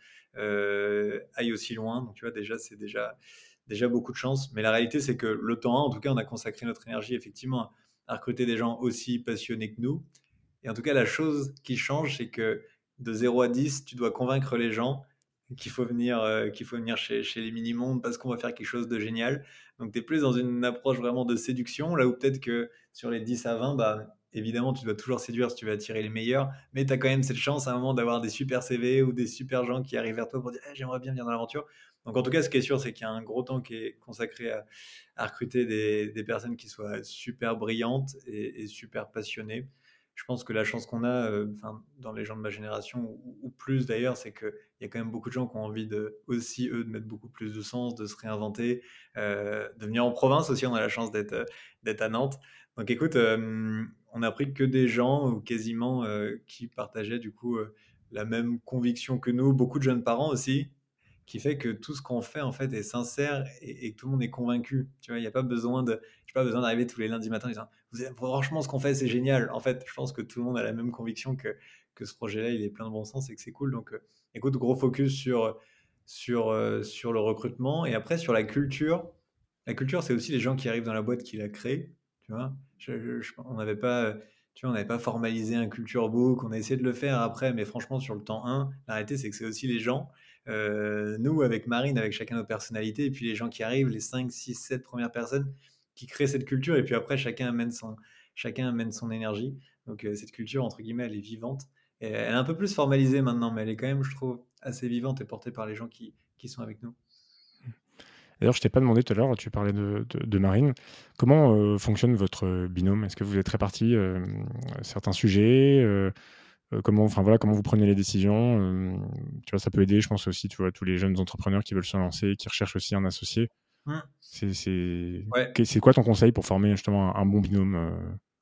euh, aille aussi loin. Donc, tu vois, déjà, c'est déjà, déjà beaucoup de chance. Mais la réalité, c'est que le temps, en tout cas, on a consacré notre énergie, effectivement, à recruter des gens aussi passionnés que nous. Et en tout cas, la chose qui change, c'est que de zéro à dix, tu dois convaincre les gens qu'il faut venir, euh, qu'il faut venir chez, chez les mini-mondes parce qu'on va faire quelque chose de génial. Donc, tu es plus dans une approche vraiment de séduction, là où peut-être que sur les dix à vingt, bah, évidemment, tu dois toujours séduire si tu veux attirer les meilleurs, mais tu as quand même cette chance à un moment d'avoir des super C V ou des super gens qui arrivent vers toi pour dire Eh, j'aimerais bien venir dans l'aventure. Donc, en tout cas, ce qui est sûr, c'est qu'il y a un gros temps qui est consacré à, à recruter des, des personnes qui soient super brillantes et, et super passionnées. Je pense que la chance qu'on a, euh, enfin, dans les gens de ma génération, ou, ou plus d'ailleurs, c'est qu'il y a quand même beaucoup de gens qui ont envie de, aussi, eux, de mettre beaucoup plus de sens, de se réinventer, euh, de venir en province aussi. On a la chance d'être euh, d'être à Nantes. Donc écoute, euh, on a pris que des gens, ou quasiment, euh, qui partageaient du coup euh, la même conviction que nous, beaucoup de jeunes parents aussi, qui fait que tout ce qu'on fait en fait est sincère et, et que tout le monde est convaincu. Tu vois, il n'y a pas besoin de, j'ai pas besoin d'arriver tous les lundis matins en disant vous avez- franchement ce qu'on fait c'est génial. En fait, je pense que tout le monde a la même conviction que que ce projet-là il est plein de bon sens et que c'est cool. Donc, euh, écoute, gros focus sur sur euh, sur le recrutement et après sur la culture. La culture, c'est aussi les gens qui arrivent dans la boîte qui la créent. Tu vois, Je- je- je- on n'avait pas euh, tu vois, on n'avait pas formalisé un culture book, on a essayé de le faire après, mais franchement, sur le temps un, la réalité, c'est que c'est aussi les gens. Euh, nous, avec Marine, avec chacun nos personnalités, et puis les gens qui arrivent, les cinq, six, sept premières personnes qui créent cette culture, et puis après, chacun amène son, chacun amène son énergie. Donc, euh, cette culture, entre guillemets, elle est vivante. Et elle est un peu plus formalisée maintenant, mais elle est quand même, je trouve, assez vivante et portée par les gens qui, qui sont avec nous. D'ailleurs, je t'ai pas demandé tout à l'heure, tu parlais de de de Marine. Comment, heu, fonctionne votre binôme? Est-ce que vous êtes répartis, hem, certains sujets? Heu heu, comment enfin voilà, comment vous prenez les décisions? Hem, tu vois, ça peut aider, je pense aussi, tu vois, tous les jeunes entrepreneurs qui veulent se lancer, qui recherchent aussi un associé. Hmm. C'est c'est Ouais. qu'est c'est quoi ton conseil pour former justement un un bon binôme, heu?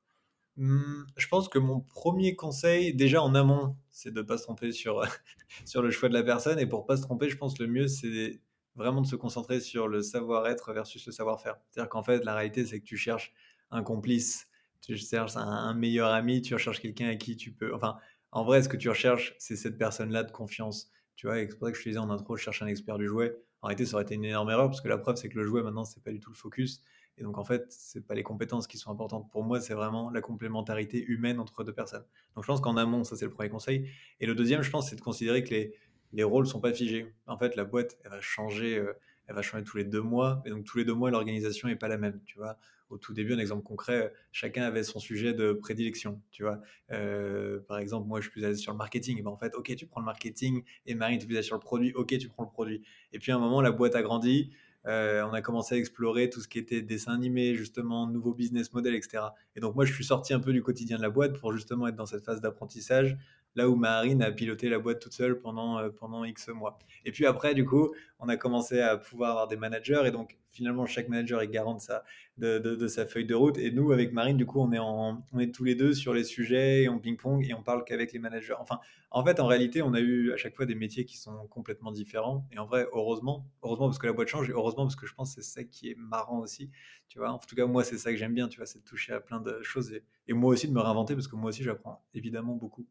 Hmm, je pense que mon premier conseil, déjà en amont, c'est de ne pas se tromper sur, sur le choix de la personne. Et pour pas se tromper, je pense que le mieux, c'est vraiment de se concentrer sur le savoir-être versus le savoir-faire. C'est-à-dire qu'en fait, la réalité, c'est que tu cherches un complice, tu cherches un, un meilleur ami, tu recherches quelqu'un à qui tu peux. Enfin, en vrai, ce que tu recherches, c'est cette personne-là de confiance. Tu vois, et c'est pour ça que je te disais en intro, je cherche un expert du jouet. En réalité, ça aurait été une énorme erreur parce que la preuve, c'est que le jouet, maintenant, c'est pas du tout le focus. Et donc, en fait, c'est pas les compétences qui sont importantes pour moi, c'est vraiment la complémentarité humaine entre deux personnes. Donc, je pense qu'en amont, ça, c'est le premier conseil. Et le deuxième, je pense, c'est de considérer que les, les rôles sont pas figés. En fait, la boîte, elle va changer, euh, elle va changer tous les deux mois, et donc tous les deux mois, l'organisation est pas la même. Tu vois, au tout début, un exemple concret, euh, chacun avait son sujet de prédilection. Tu vois, Euh, par exemple, moi, je suis plus à l'aise sur le marketing. Et ben, en fait, ok, tu prends le marketing, et Marine, tu es plus à l'aise sur le produit. Ok, tu prends le produit. Et puis à un moment, la boîte a grandi. Euh, on a commencé à explorer tout ce qui était dessin animé, justement, nouveaux business models, et cetera. Et donc moi, je suis sorti un peu du quotidien de la boîte pour justement être dans cette phase d'apprentissage là où Marine a piloté la boîte toute seule pendant, euh, pendant X mois. Et puis après, du coup, on a commencé à pouvoir avoir des managers, et donc finalement, chaque manager est garant de sa, de, de- de sa feuille de route. Et nous, avec Marine, du coup, on est, en, on est tous les deux sur les sujets, et on ping-pong, et on parle qu'avec les managers. Enfin, en fait, en réalité, on a eu à chaque fois des métiers qui sont complètement différents. Et en vrai, heureusement, heureusement parce que la boîte change, et heureusement parce que je pense que c'est ça qui est marrant aussi. Tu vois, en tout cas, moi, c'est ça que j'aime bien, tu vois, c'est de toucher à plein de choses, et, et moi aussi de me réinventer, parce que moi aussi, j'apprends évidemment beaucoup.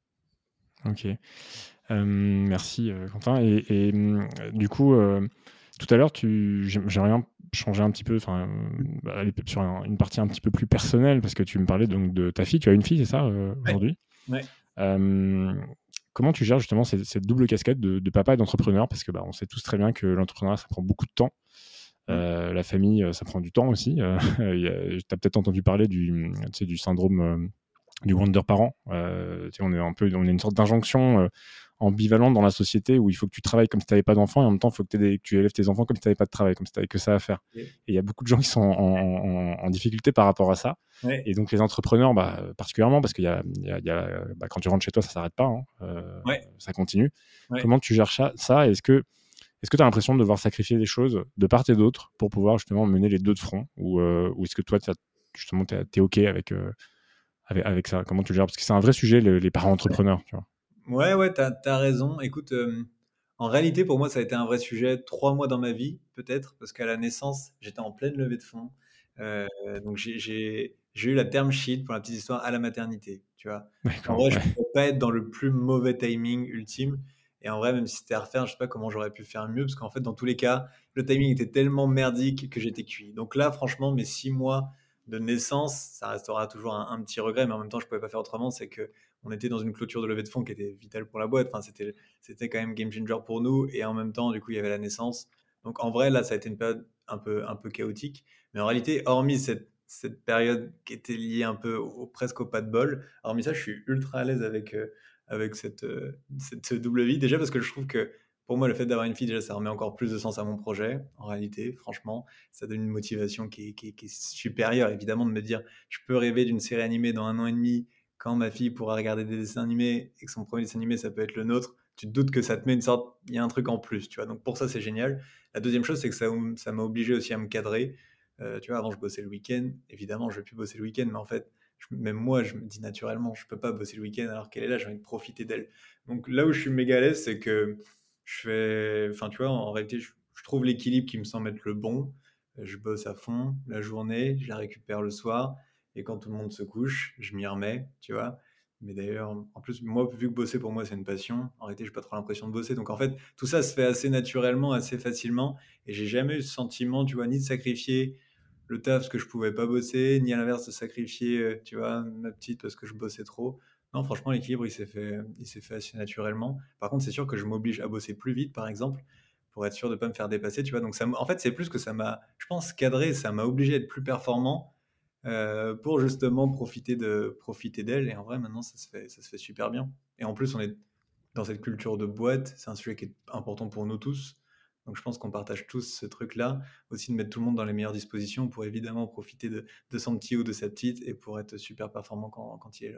Ok. Euh, merci euh, Quentin. Et, et, hum, du coup, euh, tout à l'heure, tu, j'ai- j'aimerais bien changer un petit peu, enfin, euh, aller sur un- une partie un petit peu plus personnelle, parce que tu me parlais donc de ta fille. Tu as une fille, c'est ça, euh, Ouais, aujourd'hui? ouais. Euh, Comment tu gères justement cette, cette double casquette de, de papa et d'entrepreneur? Parce que bah, on sait tous très bien que l'entrepreneuriat, ça prend beaucoup de temps. Mm. Euh, la famille, euh, ça prend du temps aussi. Euh, tu as peut-être entendu parler du, tu sais, du syndrome euh, du Wonder Parent. Euh, tu sais, on est un peu, on est une sorte d'injonction euh, ambivalente dans la société où il faut que tu travailles comme si tu n'avais pas d'enfants et en même temps, il faut que, que tu élèves tes enfants comme si tu n'avais pas de travail, comme si tu n'avais que ça à faire. Et- Et il y a beaucoup de gens qui sont en, en- en- en difficulté par rapport à ça. ouais, Et donc les entrepreneurs, bah, particulièrement, parce qu'il y a, il y a- il y a, bah, quand tu rentres chez toi, ça s'arrête pas, hein, euh, ouais, ça continue. ouais. Comment tu gères ça, ça Est-ce que est-ce que tu as l'impression de devoir sacrifier des choses de part et d'autre pour pouvoir justement mener les deux de front? Ou, euh, ou est-ce que toi, t'as- justement, tu es OK avec, euh, avec, avec ça? Comment tu le gères? Parce que c'est un vrai sujet, le- les parents entrepreneurs. Tu vois. Ouais, ouais, t'as, t'as raison. Écoute, euh, en réalité, pour moi, ça a été un vrai sujet trois mois dans ma vie, peut-être, parce qu'à la naissance, j'étais en pleine levée de fonds. Euh, donc, j'ai, j'ai, j'ai eu la term sheet, pour la petite histoire, à la maternité, tu vois. En D'accord, vrai, je ouais. ne pouvais pas être dans le plus mauvais timing ultime. Et en vrai, même si c'était à refaire, je sais pas comment j'aurais pu faire mieux, parce qu'en fait, dans tous les cas, le timing était tellement merdique que j'étais cuit. Donc là, franchement, mes six mois de naissance, ça restera toujours un, un petit regret, mais en même temps, je pouvais pas faire autrement. C'est que on était dans une clôture de levée de fonds qui était vitale pour la boîte. Enfin, c'était, c'était quand même game changer pour nous. Et en même temps, du coup, il y avait la naissance. Donc, en vrai, là, ça a été une période un peu, un peu chaotique. Mais en réalité, hormis cette, cette période qui était liée un peu au, presque au pas de bol, hormis ça, je suis ultra à l'aise avec, euh, avec cette, euh, cette double vie. Déjà parce que je trouve que pour moi, le fait d'avoir une fille, déjà, ça remet encore plus de sens à mon projet. En réalité, franchement, ça donne une motivation qui est, qui est, qui est supérieure. Évidemment, de me dire, je peux rêver d'une série animée dans un an et demi quand ma fille pourra regarder des dessins animés et que son premier dessin animé, ça peut être le nôtre, tu te doutes que ça te met une sorte, il y a un truc en plus, tu vois. Donc pour ça, c'est génial. La deuxième chose, c'est que ça, ça m'a obligé aussi à me cadrer. Euh, tu vois, avant, je bossais le week-end. Évidemment, je vais plus bosser le week-end, mais en fait, je, même moi, je me dis naturellement, je peux pas bosser le week-end alors qu'elle est là, j'ai envie de profiter d'elle. Donc là où je suis méga à l'aise, c'est que je fais, enfin, tu vois, en réalité, je, je trouve l'équilibre qui me semble être le bon. Je bosse à fond la journée, je la récupère le soir. Et quand tout le monde se couche, je m'y remets, tu vois. Mais d'ailleurs, en plus, moi, vu que bosser pour moi, c'est une passion, en réalité, j'ai pas trop l'impression de bosser. Donc en fait, tout ça se fait assez naturellement, assez facilement. Et j'ai jamais eu ce sentiment, tu vois, ni de sacrifier le taf parce que je pouvais pas bosser, ni à l'inverse de sacrifier, euh, tu vois, ma petite parce que je bossais trop. Non, franchement, l'équilibre, il s'est fait, il s'est fait assez naturellement. Par contre, c'est sûr que je m'oblige à bosser plus vite, par exemple, pour être sûr de pas me faire dépasser, tu vois. Donc ça, m- en fait, c'est plus que ça m'a, je pense, cadré, ça m'a obligé à être plus performant euh, pour justement profiter de profiter d'elle. Et en vrai, maintenant, ça se fait, ça se fait super bien. Et en plus, on est dans cette culture de boîte. C'est un sujet qui est important pour nous tous. Donc, je pense qu'on partage tous ce truc-là. Aussi, de mettre tout le monde dans les meilleures dispositions pour évidemment profiter de, de son petit ou de sa petite et pour être super performant quand, quand il est là.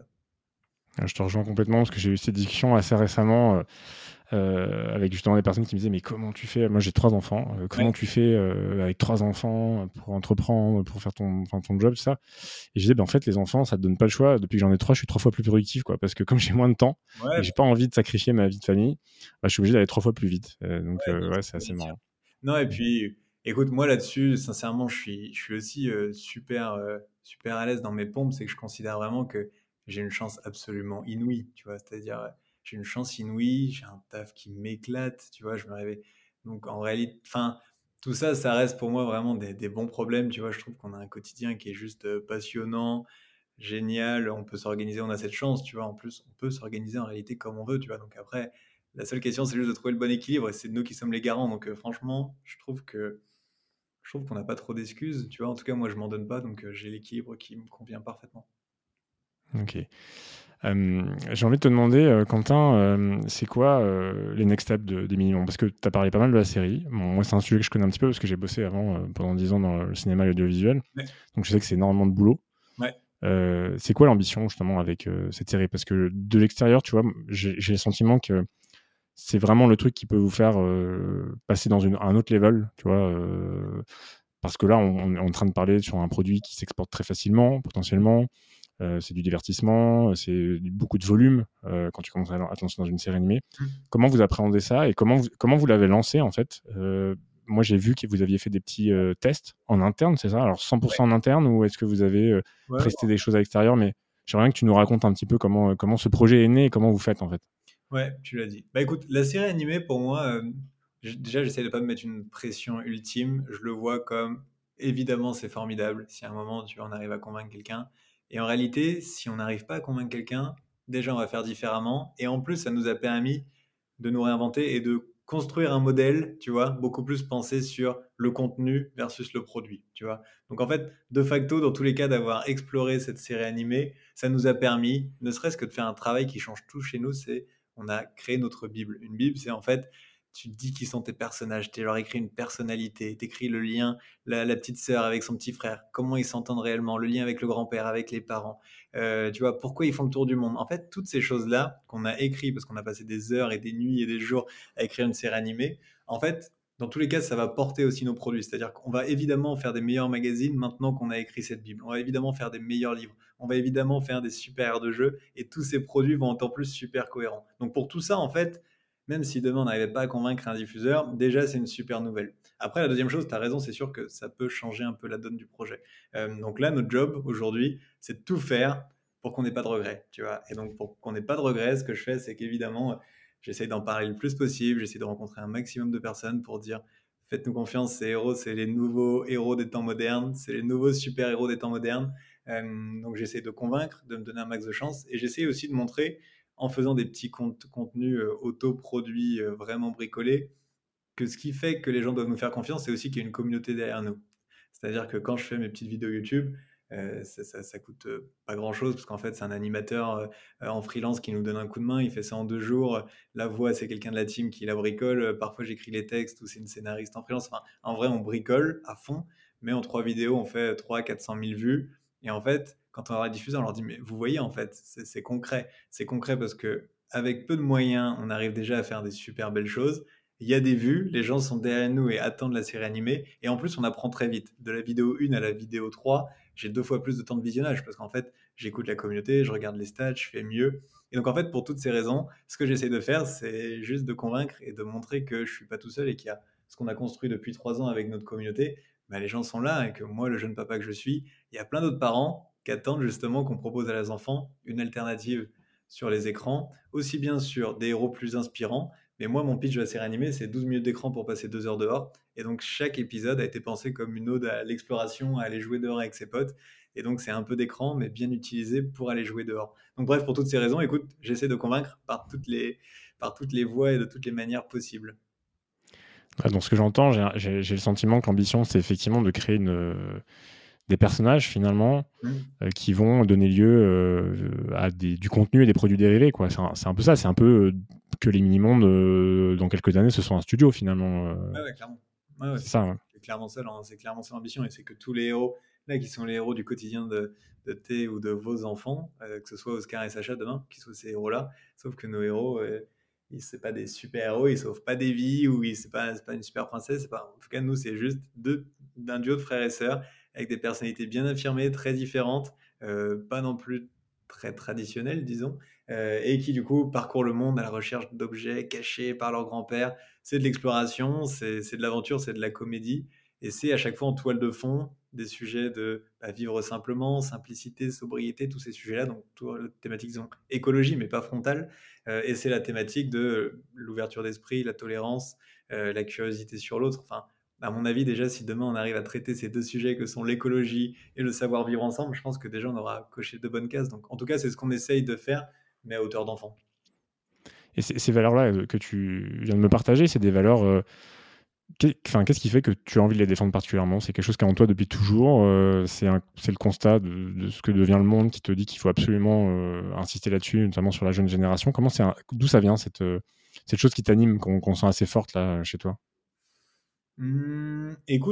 Je te rejoins complètement parce que j'ai eu cette discussion assez récemment euh, euh, avec justement des personnes qui me disaient mais comment tu fais? Moi j'ai trois enfants, euh, Ouais, comment tu fais euh, avec trois enfants pour entreprendre, pour faire ton, enfin, ton job, tout ça? Et je disais ben en fait les enfants ça te donne pas le choix. Depuis que j'en ai trois, je suis trois fois plus productif quoi parce que comme j'ai moins de temps et ouais, j'ai pas envie de sacrifier ma vie de famille, bah, je suis obligé d'aller trois fois plus vite. Euh, donc ouais, euh, bien ouais sûr, c'est assez bien sûr. marrant. Non, et puis, écoute, moi là-dessus, sincèrement, je suis, je suis aussi euh, super, euh, super à l'aise dans mes pompes. C'est que je considère vraiment que j'ai une chance absolument inouïe, tu vois. C'est-à-dire, euh, j'ai une chance inouïe, j'ai un taf qui m'éclate, tu vois. Je me réveille. Donc, en réalité, enfin, tout ça, ça reste pour moi vraiment des, des bons problèmes, tu vois. Je trouve qu'on a un quotidien qui est juste euh, passionnant, génial. On peut s'organiser, on a cette chance, tu vois. En plus, on peut s'organiser en réalité comme on veut, tu vois. Donc, après, la seule question, c'est juste de trouver le bon équilibre et c'est nous qui sommes les garants. Donc, euh, franchement, je trouve que je trouve qu'on n'a pas trop d'excuses. Tu vois, en tout cas, moi, je m'en donne pas, donc euh, j'ai l'équilibre qui me convient parfaitement. Ok. Euh, j'ai envie de te demander, euh, Quentin, euh, c'est quoi euh, les next steps de, des Minimums? Parce que tu as parlé pas mal de la série. Bon, moi, c'est un sujet que je connais un petit peu parce que j'ai bossé avant euh, pendant dix ans dans le cinéma et l'audiovisuel. Ouais, Donc, je sais que c'est énormément de boulot. ouais. Euh, c'est quoi l'ambition justement avec euh, cette série? Parce que de l'extérieur, tu vois, j'ai, j'ai le sentiment que c'est vraiment le truc qui peut vous faire euh, passer dans une, un autre level, tu vois. Euh, parce que là, on, on est en train de parler sur un produit qui s'exporte très facilement, potentiellement. Euh, c'est du divertissement, c'est beaucoup de volume euh, quand tu commences à, à te lancer dans une série animée. Comment vous appréhendez ça et comment vous, comment vous l'avez lancé en fait? Euh, Moi, j'ai vu que vous aviez fait des petits euh, tests en interne, c'est ça? Alors cent pour cent en interne ou est-ce que vous avez euh, Ouais, ouais. presté des choses à l'extérieur? Mais j'aimerais bien que tu nous racontes un petit peu comment, euh, comment ce projet est né et comment vous faites en fait. Ouais, tu l'as dit. Bah écoute, la série animée, pour moi, euh, j- déjà, j'essaie de pas me mettre une pression ultime. Je le vois comme, évidemment, c'est formidable si à un moment, tu vois, on arrive à convaincre quelqu'un. Et en réalité, si on n'arrive pas à convaincre quelqu'un, déjà, on va faire différemment. Et en plus, ça nous a permis de nous réinventer et de construire un modèle, tu vois, beaucoup plus pensé sur le contenu versus le produit, tu vois. Donc en fait, de facto, dans tous les cas, d'avoir exploré cette série animée, ça nous a permis, ne serait-ce que de faire un travail qui change tout chez nous, c'est on a créé notre Bible. Une Bible, c'est en fait, tu te dis qui sont tes personnages, tu leur écris une personnalité, tu écris le lien, la, la petite sœur avec son petit frère, comment ils s'entendent réellement, le lien avec le grand-père, avec les parents, euh, tu vois, pourquoi ils font le tour du monde. En fait, toutes ces choses-là qu'on a écrites, parce qu'on a passé des heures et des nuits et des jours à écrire une série animée, en fait, dans tous les cas, ça va porter aussi nos produits. C'est-à-dire qu'on va évidemment faire des meilleurs magazines maintenant qu'on a écrit cette Bible. On va évidemment faire des meilleurs livres. On va évidemment faire des super aires de jeu. Et tous ces produits vont être en plus super cohérents. Donc pour tout ça, en fait, même si demain on n'arrivait pas à convaincre un diffuseur, déjà c'est une super nouvelle. Après, la deuxième chose, tu as raison, c'est sûr que ça peut changer un peu la donne du projet. Euh, donc là, notre job aujourd'hui, c'est de tout faire pour qu'on n'ait pas de regrets, tu vois. Et donc pour qu'on n'ait pas de regrets, ce que je fais, c'est qu'évidemment, j'essaie d'en parler le plus possible, j'essaie de rencontrer un maximum de personnes pour dire faites-nous confiance, ces héros, c'est les nouveaux héros des temps modernes, c'est les nouveaux super-héros des temps modernes. Euh, donc j'essaie de convaincre, de me donner un max de chance, et j'essaie aussi de montrer, en faisant des petits cont- contenus euh, auto-produits euh, vraiment bricolés, que ce qui fait que les gens doivent nous faire confiance, c'est aussi qu'il y a une communauté derrière nous. C'est-à-dire que quand je fais mes petites vidéos YouTube, euh, ça, ça, ça coûte euh, pas grand-chose parce qu'en fait c'est un animateur euh, euh, en freelance qui nous donne un coup de main, il fait ça en deux jours. La voix c'est quelqu'un de la team qui la bricole. Euh, Parfois j'écris les textes ou c'est une scénariste en freelance. Enfin, en vrai on bricole à fond, mais en trois vidéos on fait trois quatre cent mille vues. Et en fait quand on va diffuser on leur dit mais vous voyez en fait c'est c'est concret, c'est concret parce que avec peu de moyens on arrive déjà à faire des super belles choses. Il y a des vues, les gens sont derrière nous et attendent la série animée. Et en plus, on apprend très vite. De la vidéo un à la vidéo trois, j'ai deux fois plus de temps de visionnage parce qu'en fait, j'écoute la communauté, je regarde les stats, je fais mieux. Et donc, en fait, pour toutes ces raisons, ce que j'essaie de faire, c'est juste de convaincre et de montrer que je suis pas tout seul et qu'il y a ce qu'on a construit depuis trois ans avec notre communauté. Bah, les gens sont là et que moi, le jeune papa que je suis, il y a plein d'autres parents qui attendent justement qu'on propose à leurs enfants une alternative sur les écrans, aussi bien sur des héros plus inspirants, mais moi, mon pitch de la série animée, c'est douze minutes d'écran pour passer deux heures dehors. Et donc, chaque épisode a été pensé comme une ode à l'exploration, à aller jouer dehors avec ses potes. Et donc, c'est un peu d'écran, mais bien utilisé pour aller jouer dehors. Donc, bref, pour toutes ces raisons, écoute, j'essaie de convaincre par toutes les, par toutes les voies et de toutes les manières possibles. Ouais, donc ce que j'entends, j'ai, j'ai- j'ai le sentiment que l'ambition, c'est effectivement de créer une, euh, des personnages finalement Hmm. euh, qui vont donner lieu euh, à des, du contenu et des produits dérivés, quoi. C'est un, c'est un peu ça, c'est un peu euh, que les mini-mondes, euh, dans quelques années, ce sont un studio finalement. euh, Ouais, ouais, clairement. Ouais, ouais, c'est c'est ça, ouais. c'est clairement ça, l'am- c'est clairement ça l'ambition. Et c'est que tous les héros, là, qui sont les héros du quotidien de, de tes ou de vos enfants, euh, que ce soit Oscar et Sacha demain, qui soient ces héros-là, sauf que nos héros, euh, ils c'est pas des super-héros, ils sauvent pas des vies, ou ils c'est pas, c'est pas une super princesse. C'est pas, en tout cas, nous, c'est juste deux, d'un duo de frères et sœurs, avec des personnalités bien affirmées, très différentes, euh, pas non plus très traditionnelles, disons, euh, et qui, du coup, parcourent le monde à la recherche d'objets cachés par leur grand-père. C'est de l'exploration, c'est c'est de l'aventure, c'est de la comédie. Et c'est à chaque fois en toile de fond des sujets de bah, vivre simplement, simplicité, sobriété, tous ces sujets-là. Donc, toutes les thématiques sont écologie, mais pas frontale. Euh, et c'est la thématique de l'ouverture d'esprit, la tolérance, euh, la curiosité sur l'autre. Enfin, à mon avis, déjà, si demain on arrive à traiter ces deux sujets que sont l'écologie et le savoir vivre ensemble, je pense que déjà on aura coché de bonnes cases. Donc, en tout cas, c'est ce qu'on essaye de faire, mais à hauteur d'enfant. Et ces, ces valeurs-là euh, que tu viens de me partager, c'est des valeurs. euh, qu'est- Enfin, qu'est-ce qui fait que tu as envie de les défendre particulièrement? C'est quelque chose qui est en toi depuis toujours. euh, c'est un- c'est le constat de, de ce que devient le monde qui te dit qu'il faut absolument euh, insister là-dessus, notamment sur la jeune génération. Comment c'est un- d'où ça vient cette, euh, cette chose qui t'anime, qu'on qu'on sent assez forte là chez toi? Mmh, écoute,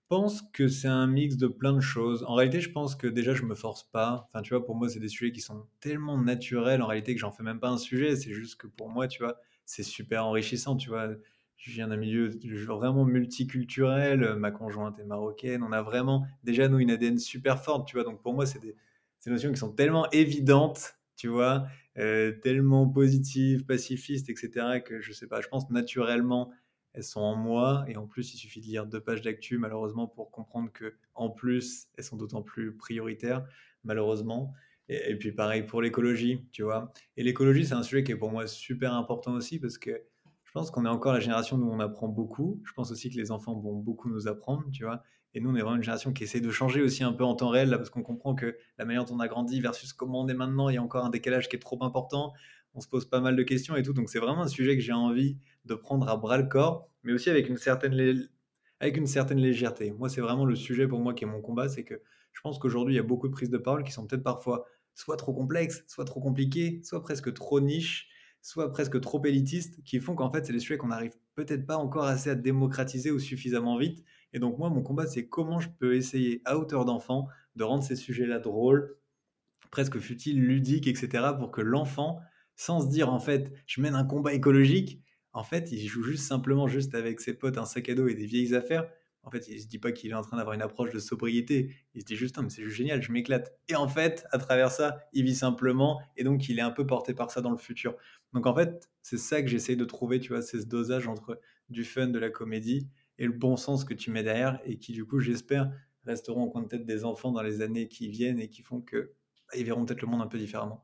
pense que c'est un mix de plein de choses. En réalité, je pense que déjà, je me force pas. Enfin, tu vois, pour moi, c'est des sujets qui sont tellement naturels en réalité que j'en fais même pas un sujet. C'est juste que pour moi, tu vois, c'est super enrichissant. Tu vois, je viens d'un milieu vraiment multiculturel. Ma conjointe est marocaine. On a vraiment déjà, nous, une A D N super forte. Tu vois, donc pour moi, c'est des, c'est des notions qui sont tellement évidentes. Tu vois, euh, tellement positives, pacifistes, et cetera, que je sais pas, je pense naturellement elles sont en moi. Et en plus, il suffit de lire deux pages d'actu, malheureusement, pour comprendre que en plus, elles sont d'autant plus prioritaires, malheureusement. Et, et puis pareil pour l'écologie, tu vois. Et l'écologie, c'est un sujet qui est pour moi super important aussi parce que je pense qu'on est encore la génération où on apprend beaucoup. Je pense aussi que les enfants vont beaucoup nous apprendre, tu vois. Et nous, on est vraiment une génération qui essaie de changer aussi un peu en temps réel, là, parce qu'on comprend que la manière dont on a grandi versus comment on est maintenant, il y a encore un décalage qui est trop important. On se pose pas mal de questions et tout. Donc, c'est vraiment un sujet que j'ai envie de prendre à bras le corps, mais aussi avec une certaine, lé- avec une certaine légèreté. Moi, c'est vraiment le sujet pour moi qui est mon combat, c'est que je pense qu'aujourd'hui, il y a beaucoup de prises de parole qui sont peut-être parfois soit trop complexes, soit trop compliquées, soit presque trop niches, soit presque trop élitistes, qui font qu'en fait, c'est des sujets qu'on n'arrive peut-être pas encore assez à démocratiser ou suffisamment vite. Et donc, moi, mon combat, c'est comment je peux essayer, à hauteur d'enfant, de rendre ces sujets-là drôles, presque futiles, ludiques, et cetera, pour que l'enfant, sans se dire en fait, je mène un combat écologique, en fait, il joue juste simplement juste avec ses potes un sac à dos et des vieilles affaires. En fait, il se dit pas qu'il est en train d'avoir une approche de sobriété. Il se dit juste, non, mais c'est juste génial, je m'éclate. Et en fait, à travers ça, il vit simplement et donc il est un peu porté par ça dans le futur. Donc en fait, c'est ça que j'essaye de trouver, tu vois, c'est ce dosage entre du fun, de la comédie et le bon sens que tu mets derrière et qui, du coup, j'espère, resteront au coin de tête des enfants dans les années qui viennent et qui font que ils verront peut-être le monde un peu différemment.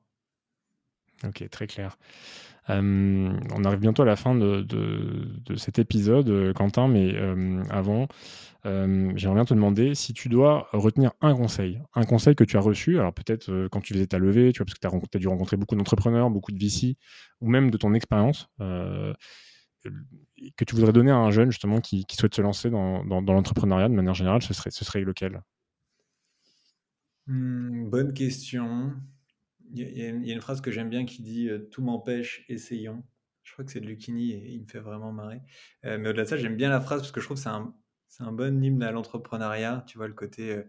Ok, très clair. Euh, on arrive bientôt à la fin de, de- de cet épisode, euh, Quentin, mais euh, avant, euh, j'aimerais bien te demander si tu dois retenir un conseil, un conseil que tu as reçu, alors peut-être euh, quand tu faisais ta levée, tu vois, parce que tu as dû rencontrer beaucoup d'entrepreneurs, beaucoup de V C, ou même de ton expérience, euh, que tu voudrais donner à un jeune justement qui, qui souhaite se lancer dans, dans- dans l'entrepreneuriat de manière générale, ce serait, ce serait lequel? Hmm, bonne question. Il y, a, il y a une il y a une phrase que j'aime bien qui dit euh, tout m'empêche, essayons. Je crois que c'est de Lucchini et il me fait vraiment marrer. Euh, mais au-delà de ça, j'aime bien la phrase parce que je trouve que c'est un, c'est un bon hymne à l'entrepreneuriat. Tu vois, le côté. Euh,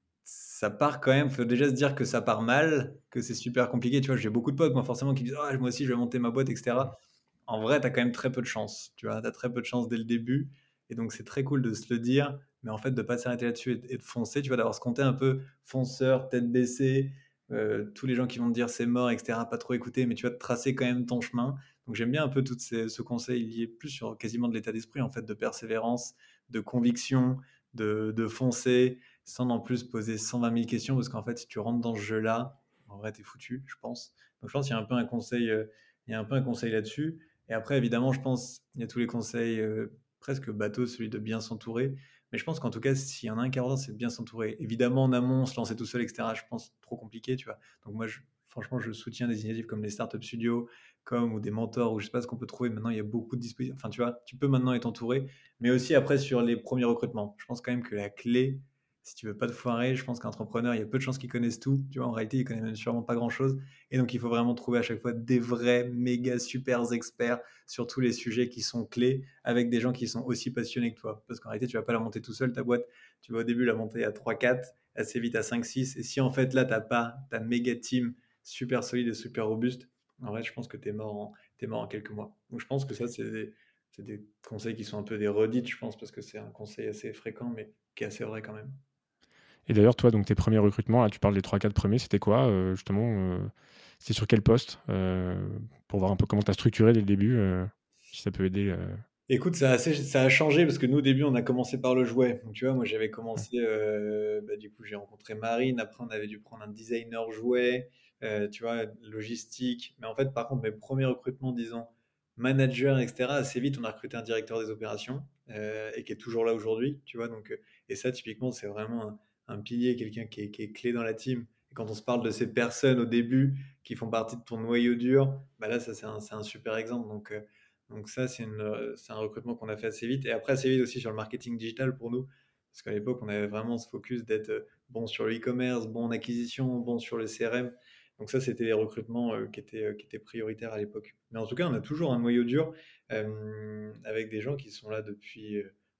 ça part quand même. Il faut déjà se dire que ça part mal, que c'est super compliqué. Tu vois, j'ai beaucoup de potes, moi, forcément, qui me disent ah, moi aussi, je vais monter ma boîte, et cetera. En vrai, tu as quand même très peu de chance. Tu vois, tu as très peu de chance dès le début. Et donc, c'est très cool de se le dire, mais en fait, de pas s'arrêter là-dessus et, et de foncer, tu vois, d'avoir ce côté un peu fonceur, tête baissée, euh, tous les gens qui vont te dire c'est mort, et cetera, pas trop écouter, mais tu vas te tracer quand même ton chemin. Donc, j'aime bien un peu tout ces, ce conseil lié plus sur quasiment de l'état d'esprit, en fait, de persévérance, de conviction, de, de foncer, sans en plus poser cent vingt mille questions, parce qu'en fait, si tu rentres dans ce jeu-là, en vrai, t'es foutu, je pense. Donc, je pense qu'il y a un peu un conseil, euh, il y a un peu un conseil là-dessus. Et après, évidemment, je pense, il y a tous les conseils euh, presque bateau, celui de bien s'entourer. Mais je pense qu'en tout cas, s'il y en a un qui a raison, c'est de bien s'entourer. Évidemment, en amont, se lancer tout seul, et cetera, je pense trop compliqué, tu vois. Donc moi, je- franchement, je soutiens des initiatives comme les startup studios, comme ou des mentors, ou je sais pas ce qu'on peut trouver. Maintenant, il y a beaucoup de dispositifs. Enfin, tu vois, tu peux maintenant être entouré. Mais aussi après, sur les premiers recrutements. Je pense quand même que la clé, si tu veux pas te foirer, je pense qu'entrepreneur, il y a peu de chances qu'ils connaissent tout. Tu vois, en réalité, ils connaissent même sûrement pas grand-chose. Et donc, il faut vraiment trouver à chaque fois des vrais, méga, super experts sur tous les sujets qui sont clés avec des gens qui sont aussi passionnés que toi. Parce qu'en réalité, tu vas pas la monter tout seul, ta boîte. Tu vas au début la monter à trois quatre, assez vite à cinq six. Et si en fait là, t'as pas ta méga team super solide et super robuste, en vrai, je pense que tu es mort en, t'es mort en quelques mois. Donc je pense que ça, c'est des, c'est des conseils qui sont un peu des redites, je pense, parce que c'est un conseil assez fréquent, mais qui est assez vrai quand même. Et d'ailleurs, toi, donc tes premiers recrutements, là, tu parles des trois quatre premiers, c'était quoi, euh, justement, euh, c'était sur quel poste, euh, pour voir un peu comment tu as structuré dès le début, euh, si ça peut aider. euh. Écoute, ça a, assez- ça a changé parce que nous, au début, on a commencé par le jouet. Donc, tu vois, moi, j'avais commencé, euh, bah, du coup, j'ai rencontré Marine. Après, on avait dû prendre un designer jouet, euh, tu vois, logistique. Mais en fait, par contre, mes premiers recrutements, disons, manager, et cetera, assez vite, on a recruté un directeur des opérations euh, et qui est toujours là aujourd'hui, tu vois. Donc, euh, et ça, typiquement, c'est vraiment un, un pilier, quelqu'un qui est, qui est clé dans la team. Et quand on se parle de ces personnes au début qui font partie de ton noyau dur, bah là, ça, c'est un, c'est un super exemple. Donc, euh, donc ça, c'est une, euh, c'est un recrutement qu'on a fait assez vite. Et après, assez vite aussi sur le marketing digital pour nous. Parce qu'à l'époque, on avait vraiment ce focus d'être euh, bon sur le e-commerce, bon en acquisition, bon sur le C R M. Donc ça, c'était les recrutements euh, qui étaient, euh, qui étaient prioritaires à l'époque. Mais en tout cas, on a toujours un noyau dur euh, avec des gens qui sont là depuis, euh,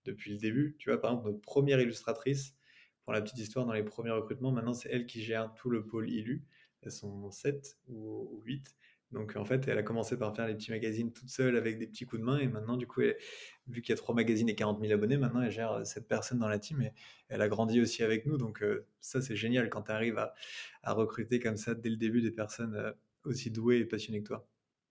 depuis le début. Tu vois, par exemple, notre première illustratrice, pour la petite histoire, dans les premiers recrutements, maintenant, c'est elle qui gère tout le pôle Illu. Elles sont sept ou huit. Donc, en fait, elle a commencé par faire les petits magazines toute seule avec des petits coups de main. Et maintenant, du coup, elle, vu qu'il y a trois magazines et quarante mille abonnés, maintenant, elle gère sept personnes dans la team. Et elle a grandi aussi avec nous. Donc, euh, ça, c'est génial quand tu arrives à, à recruter comme ça, dès le début, des personnes euh, aussi douées et passionnées que toi.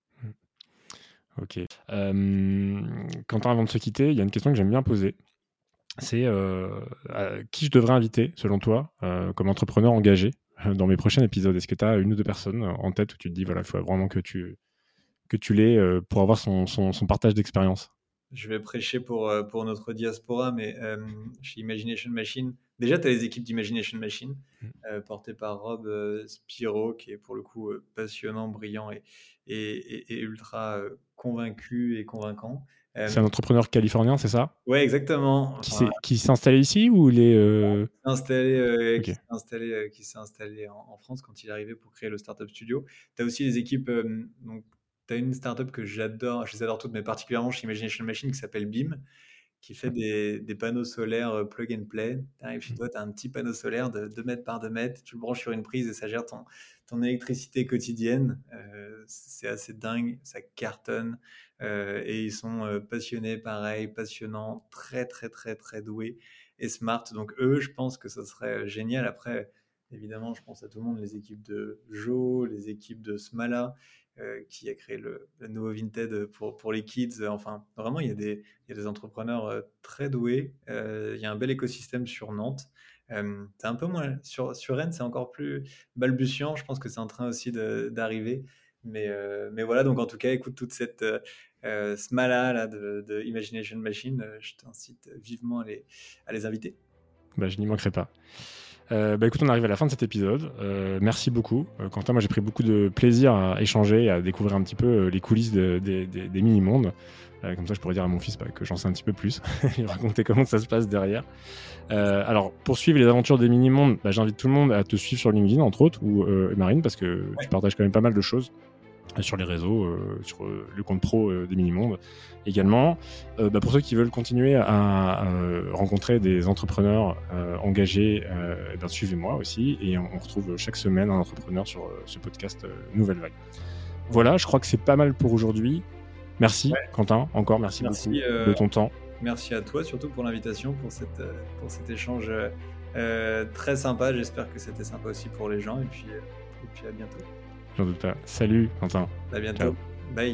Ok. Euh, Quentin, avant de se quitter, il y a une question que j'aime bien poser. C'est euh, à qui je devrais inviter, selon toi, euh, comme entrepreneur engagé euh, dans mes prochains épisodes. Est-ce que tu as une ou deux personnes en tête où tu te dis, voilà, il faut vraiment que tu, que tu l'aies euh, pour avoir son, son, son partage d'expérience? Je vais prêcher pour, euh, pour notre diaspora, mais euh, chez Imagination Machine, déjà, tu as les équipes d'Imagination Machine, euh, portées par Rob euh, Spiro, qui est pour le coup euh, passionnant, brillant et, et, et- et ultra euh, convaincu et convaincant. Euh, C'est un entrepreneur californien, c'est ça? ouais, exactement. Qui Enfin, s'est, qui s'est installé ici ou il est... euh, s'est installé, euh, Ok. qui s'est installé, euh, qui s'est installé en, en France quand il est arrivé pour créer le Startup Studio. Tu as aussi les équipes. Euh, donc, tu as une startup que j'adore, je les adore toutes, mais particulièrement chez Imagination Machine qui s'appelle Beam, qui fait des, des panneaux solaires euh, plug and play. Tu arrives chez toi, tu as un petit panneau solaire de deux mètres par deux mètres, tu le branches sur une prise et ça gère ton, ton électricité quotidienne. Euh, c'est assez dingue, ça cartonne. Euh, et ils sont euh, passionnés, pareil, passionnants, très, très, très, très doués et smart. Donc, eux, je pense que ça serait génial. Après, évidemment, je pense à tout le monde, les équipes de Joe, les équipes de Smala, euh, qui a créé le, le nouveau Vinted pour, pour les kids. Enfin, vraiment, il y a des, il y a des entrepreneurs euh, très doués. Euh, il y a un bel écosystème sur Nantes. Euh, c'est un peu moins sur, sur Rennes, c'est encore plus balbutiant. Je pense que c'est en train aussi de- d'arriver. Mais, euh, mais voilà, donc en tout cas, écoute toute cette euh, euh, smala là, de, de Imagination Machine. euh, je t'incite vivement à les, à les inviter. Bah, je n'y manquerai pas. Euh, bah écoute, on arrive à la fin de cet épisode. Euh, merci beaucoup, euh, Quentin. Moi, j'ai pris beaucoup de plaisir à échanger, et à découvrir un petit peu euh, les coulisses de- de- de- des mini-mondes. Euh, comme ça, je pourrais dire à mon fils bah, que j'en sais un petit peu plus, lui raconter comment ça se passe derrière. Euh, alors, pour suivre les aventures des mini-mondes, bah, j'invite tout le monde à te suivre sur LinkedIn, entre autres, ou euh, Marine, parce que Ouais. tu partages quand même pas mal de choses sur les réseaux, euh, sur euh, le compte pro euh, des mini-mondes également. Euh, bah, pour ceux qui veulent continuer à, à, euh, rencontrer des entrepreneurs euh, engagés, euh, eh ben, suivez-moi aussi, et on, on retrouve chaque semaine un entrepreneur sur euh, ce podcast euh, Nouvelle Vague. Voilà, je crois que c'est pas mal pour aujourd'hui. Merci, Ouais. Quentin, encore merci, Merci, beaucoup euh, de ton temps. Merci à toi, surtout pour l'invitation, pour, cette, euh, pour cet échange euh, très sympa. J'espère que c'était sympa aussi pour les gens. Et puis, euh, et puis à bientôt. J'en doute pas. Salut, Quentin. À bientôt. Ciao. Bye.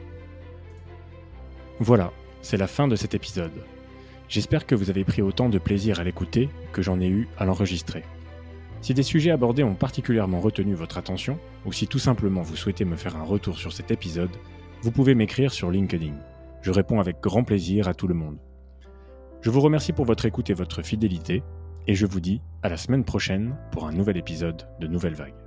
Voilà, c'est la fin de cet épisode. J'espère que vous avez pris autant de plaisir à l'écouter que j'en ai eu à l'enregistrer. Si des sujets abordés ont particulièrement retenu votre attention, ou si tout simplement vous souhaitez me faire un retour sur cet épisode, vous pouvez m'écrire sur LinkedIn. Je réponds avec grand plaisir à tout le monde. Je vous remercie pour votre écoute et votre fidélité, et je vous dis à la semaine prochaine pour un nouvel épisode de Nouvelle Vague.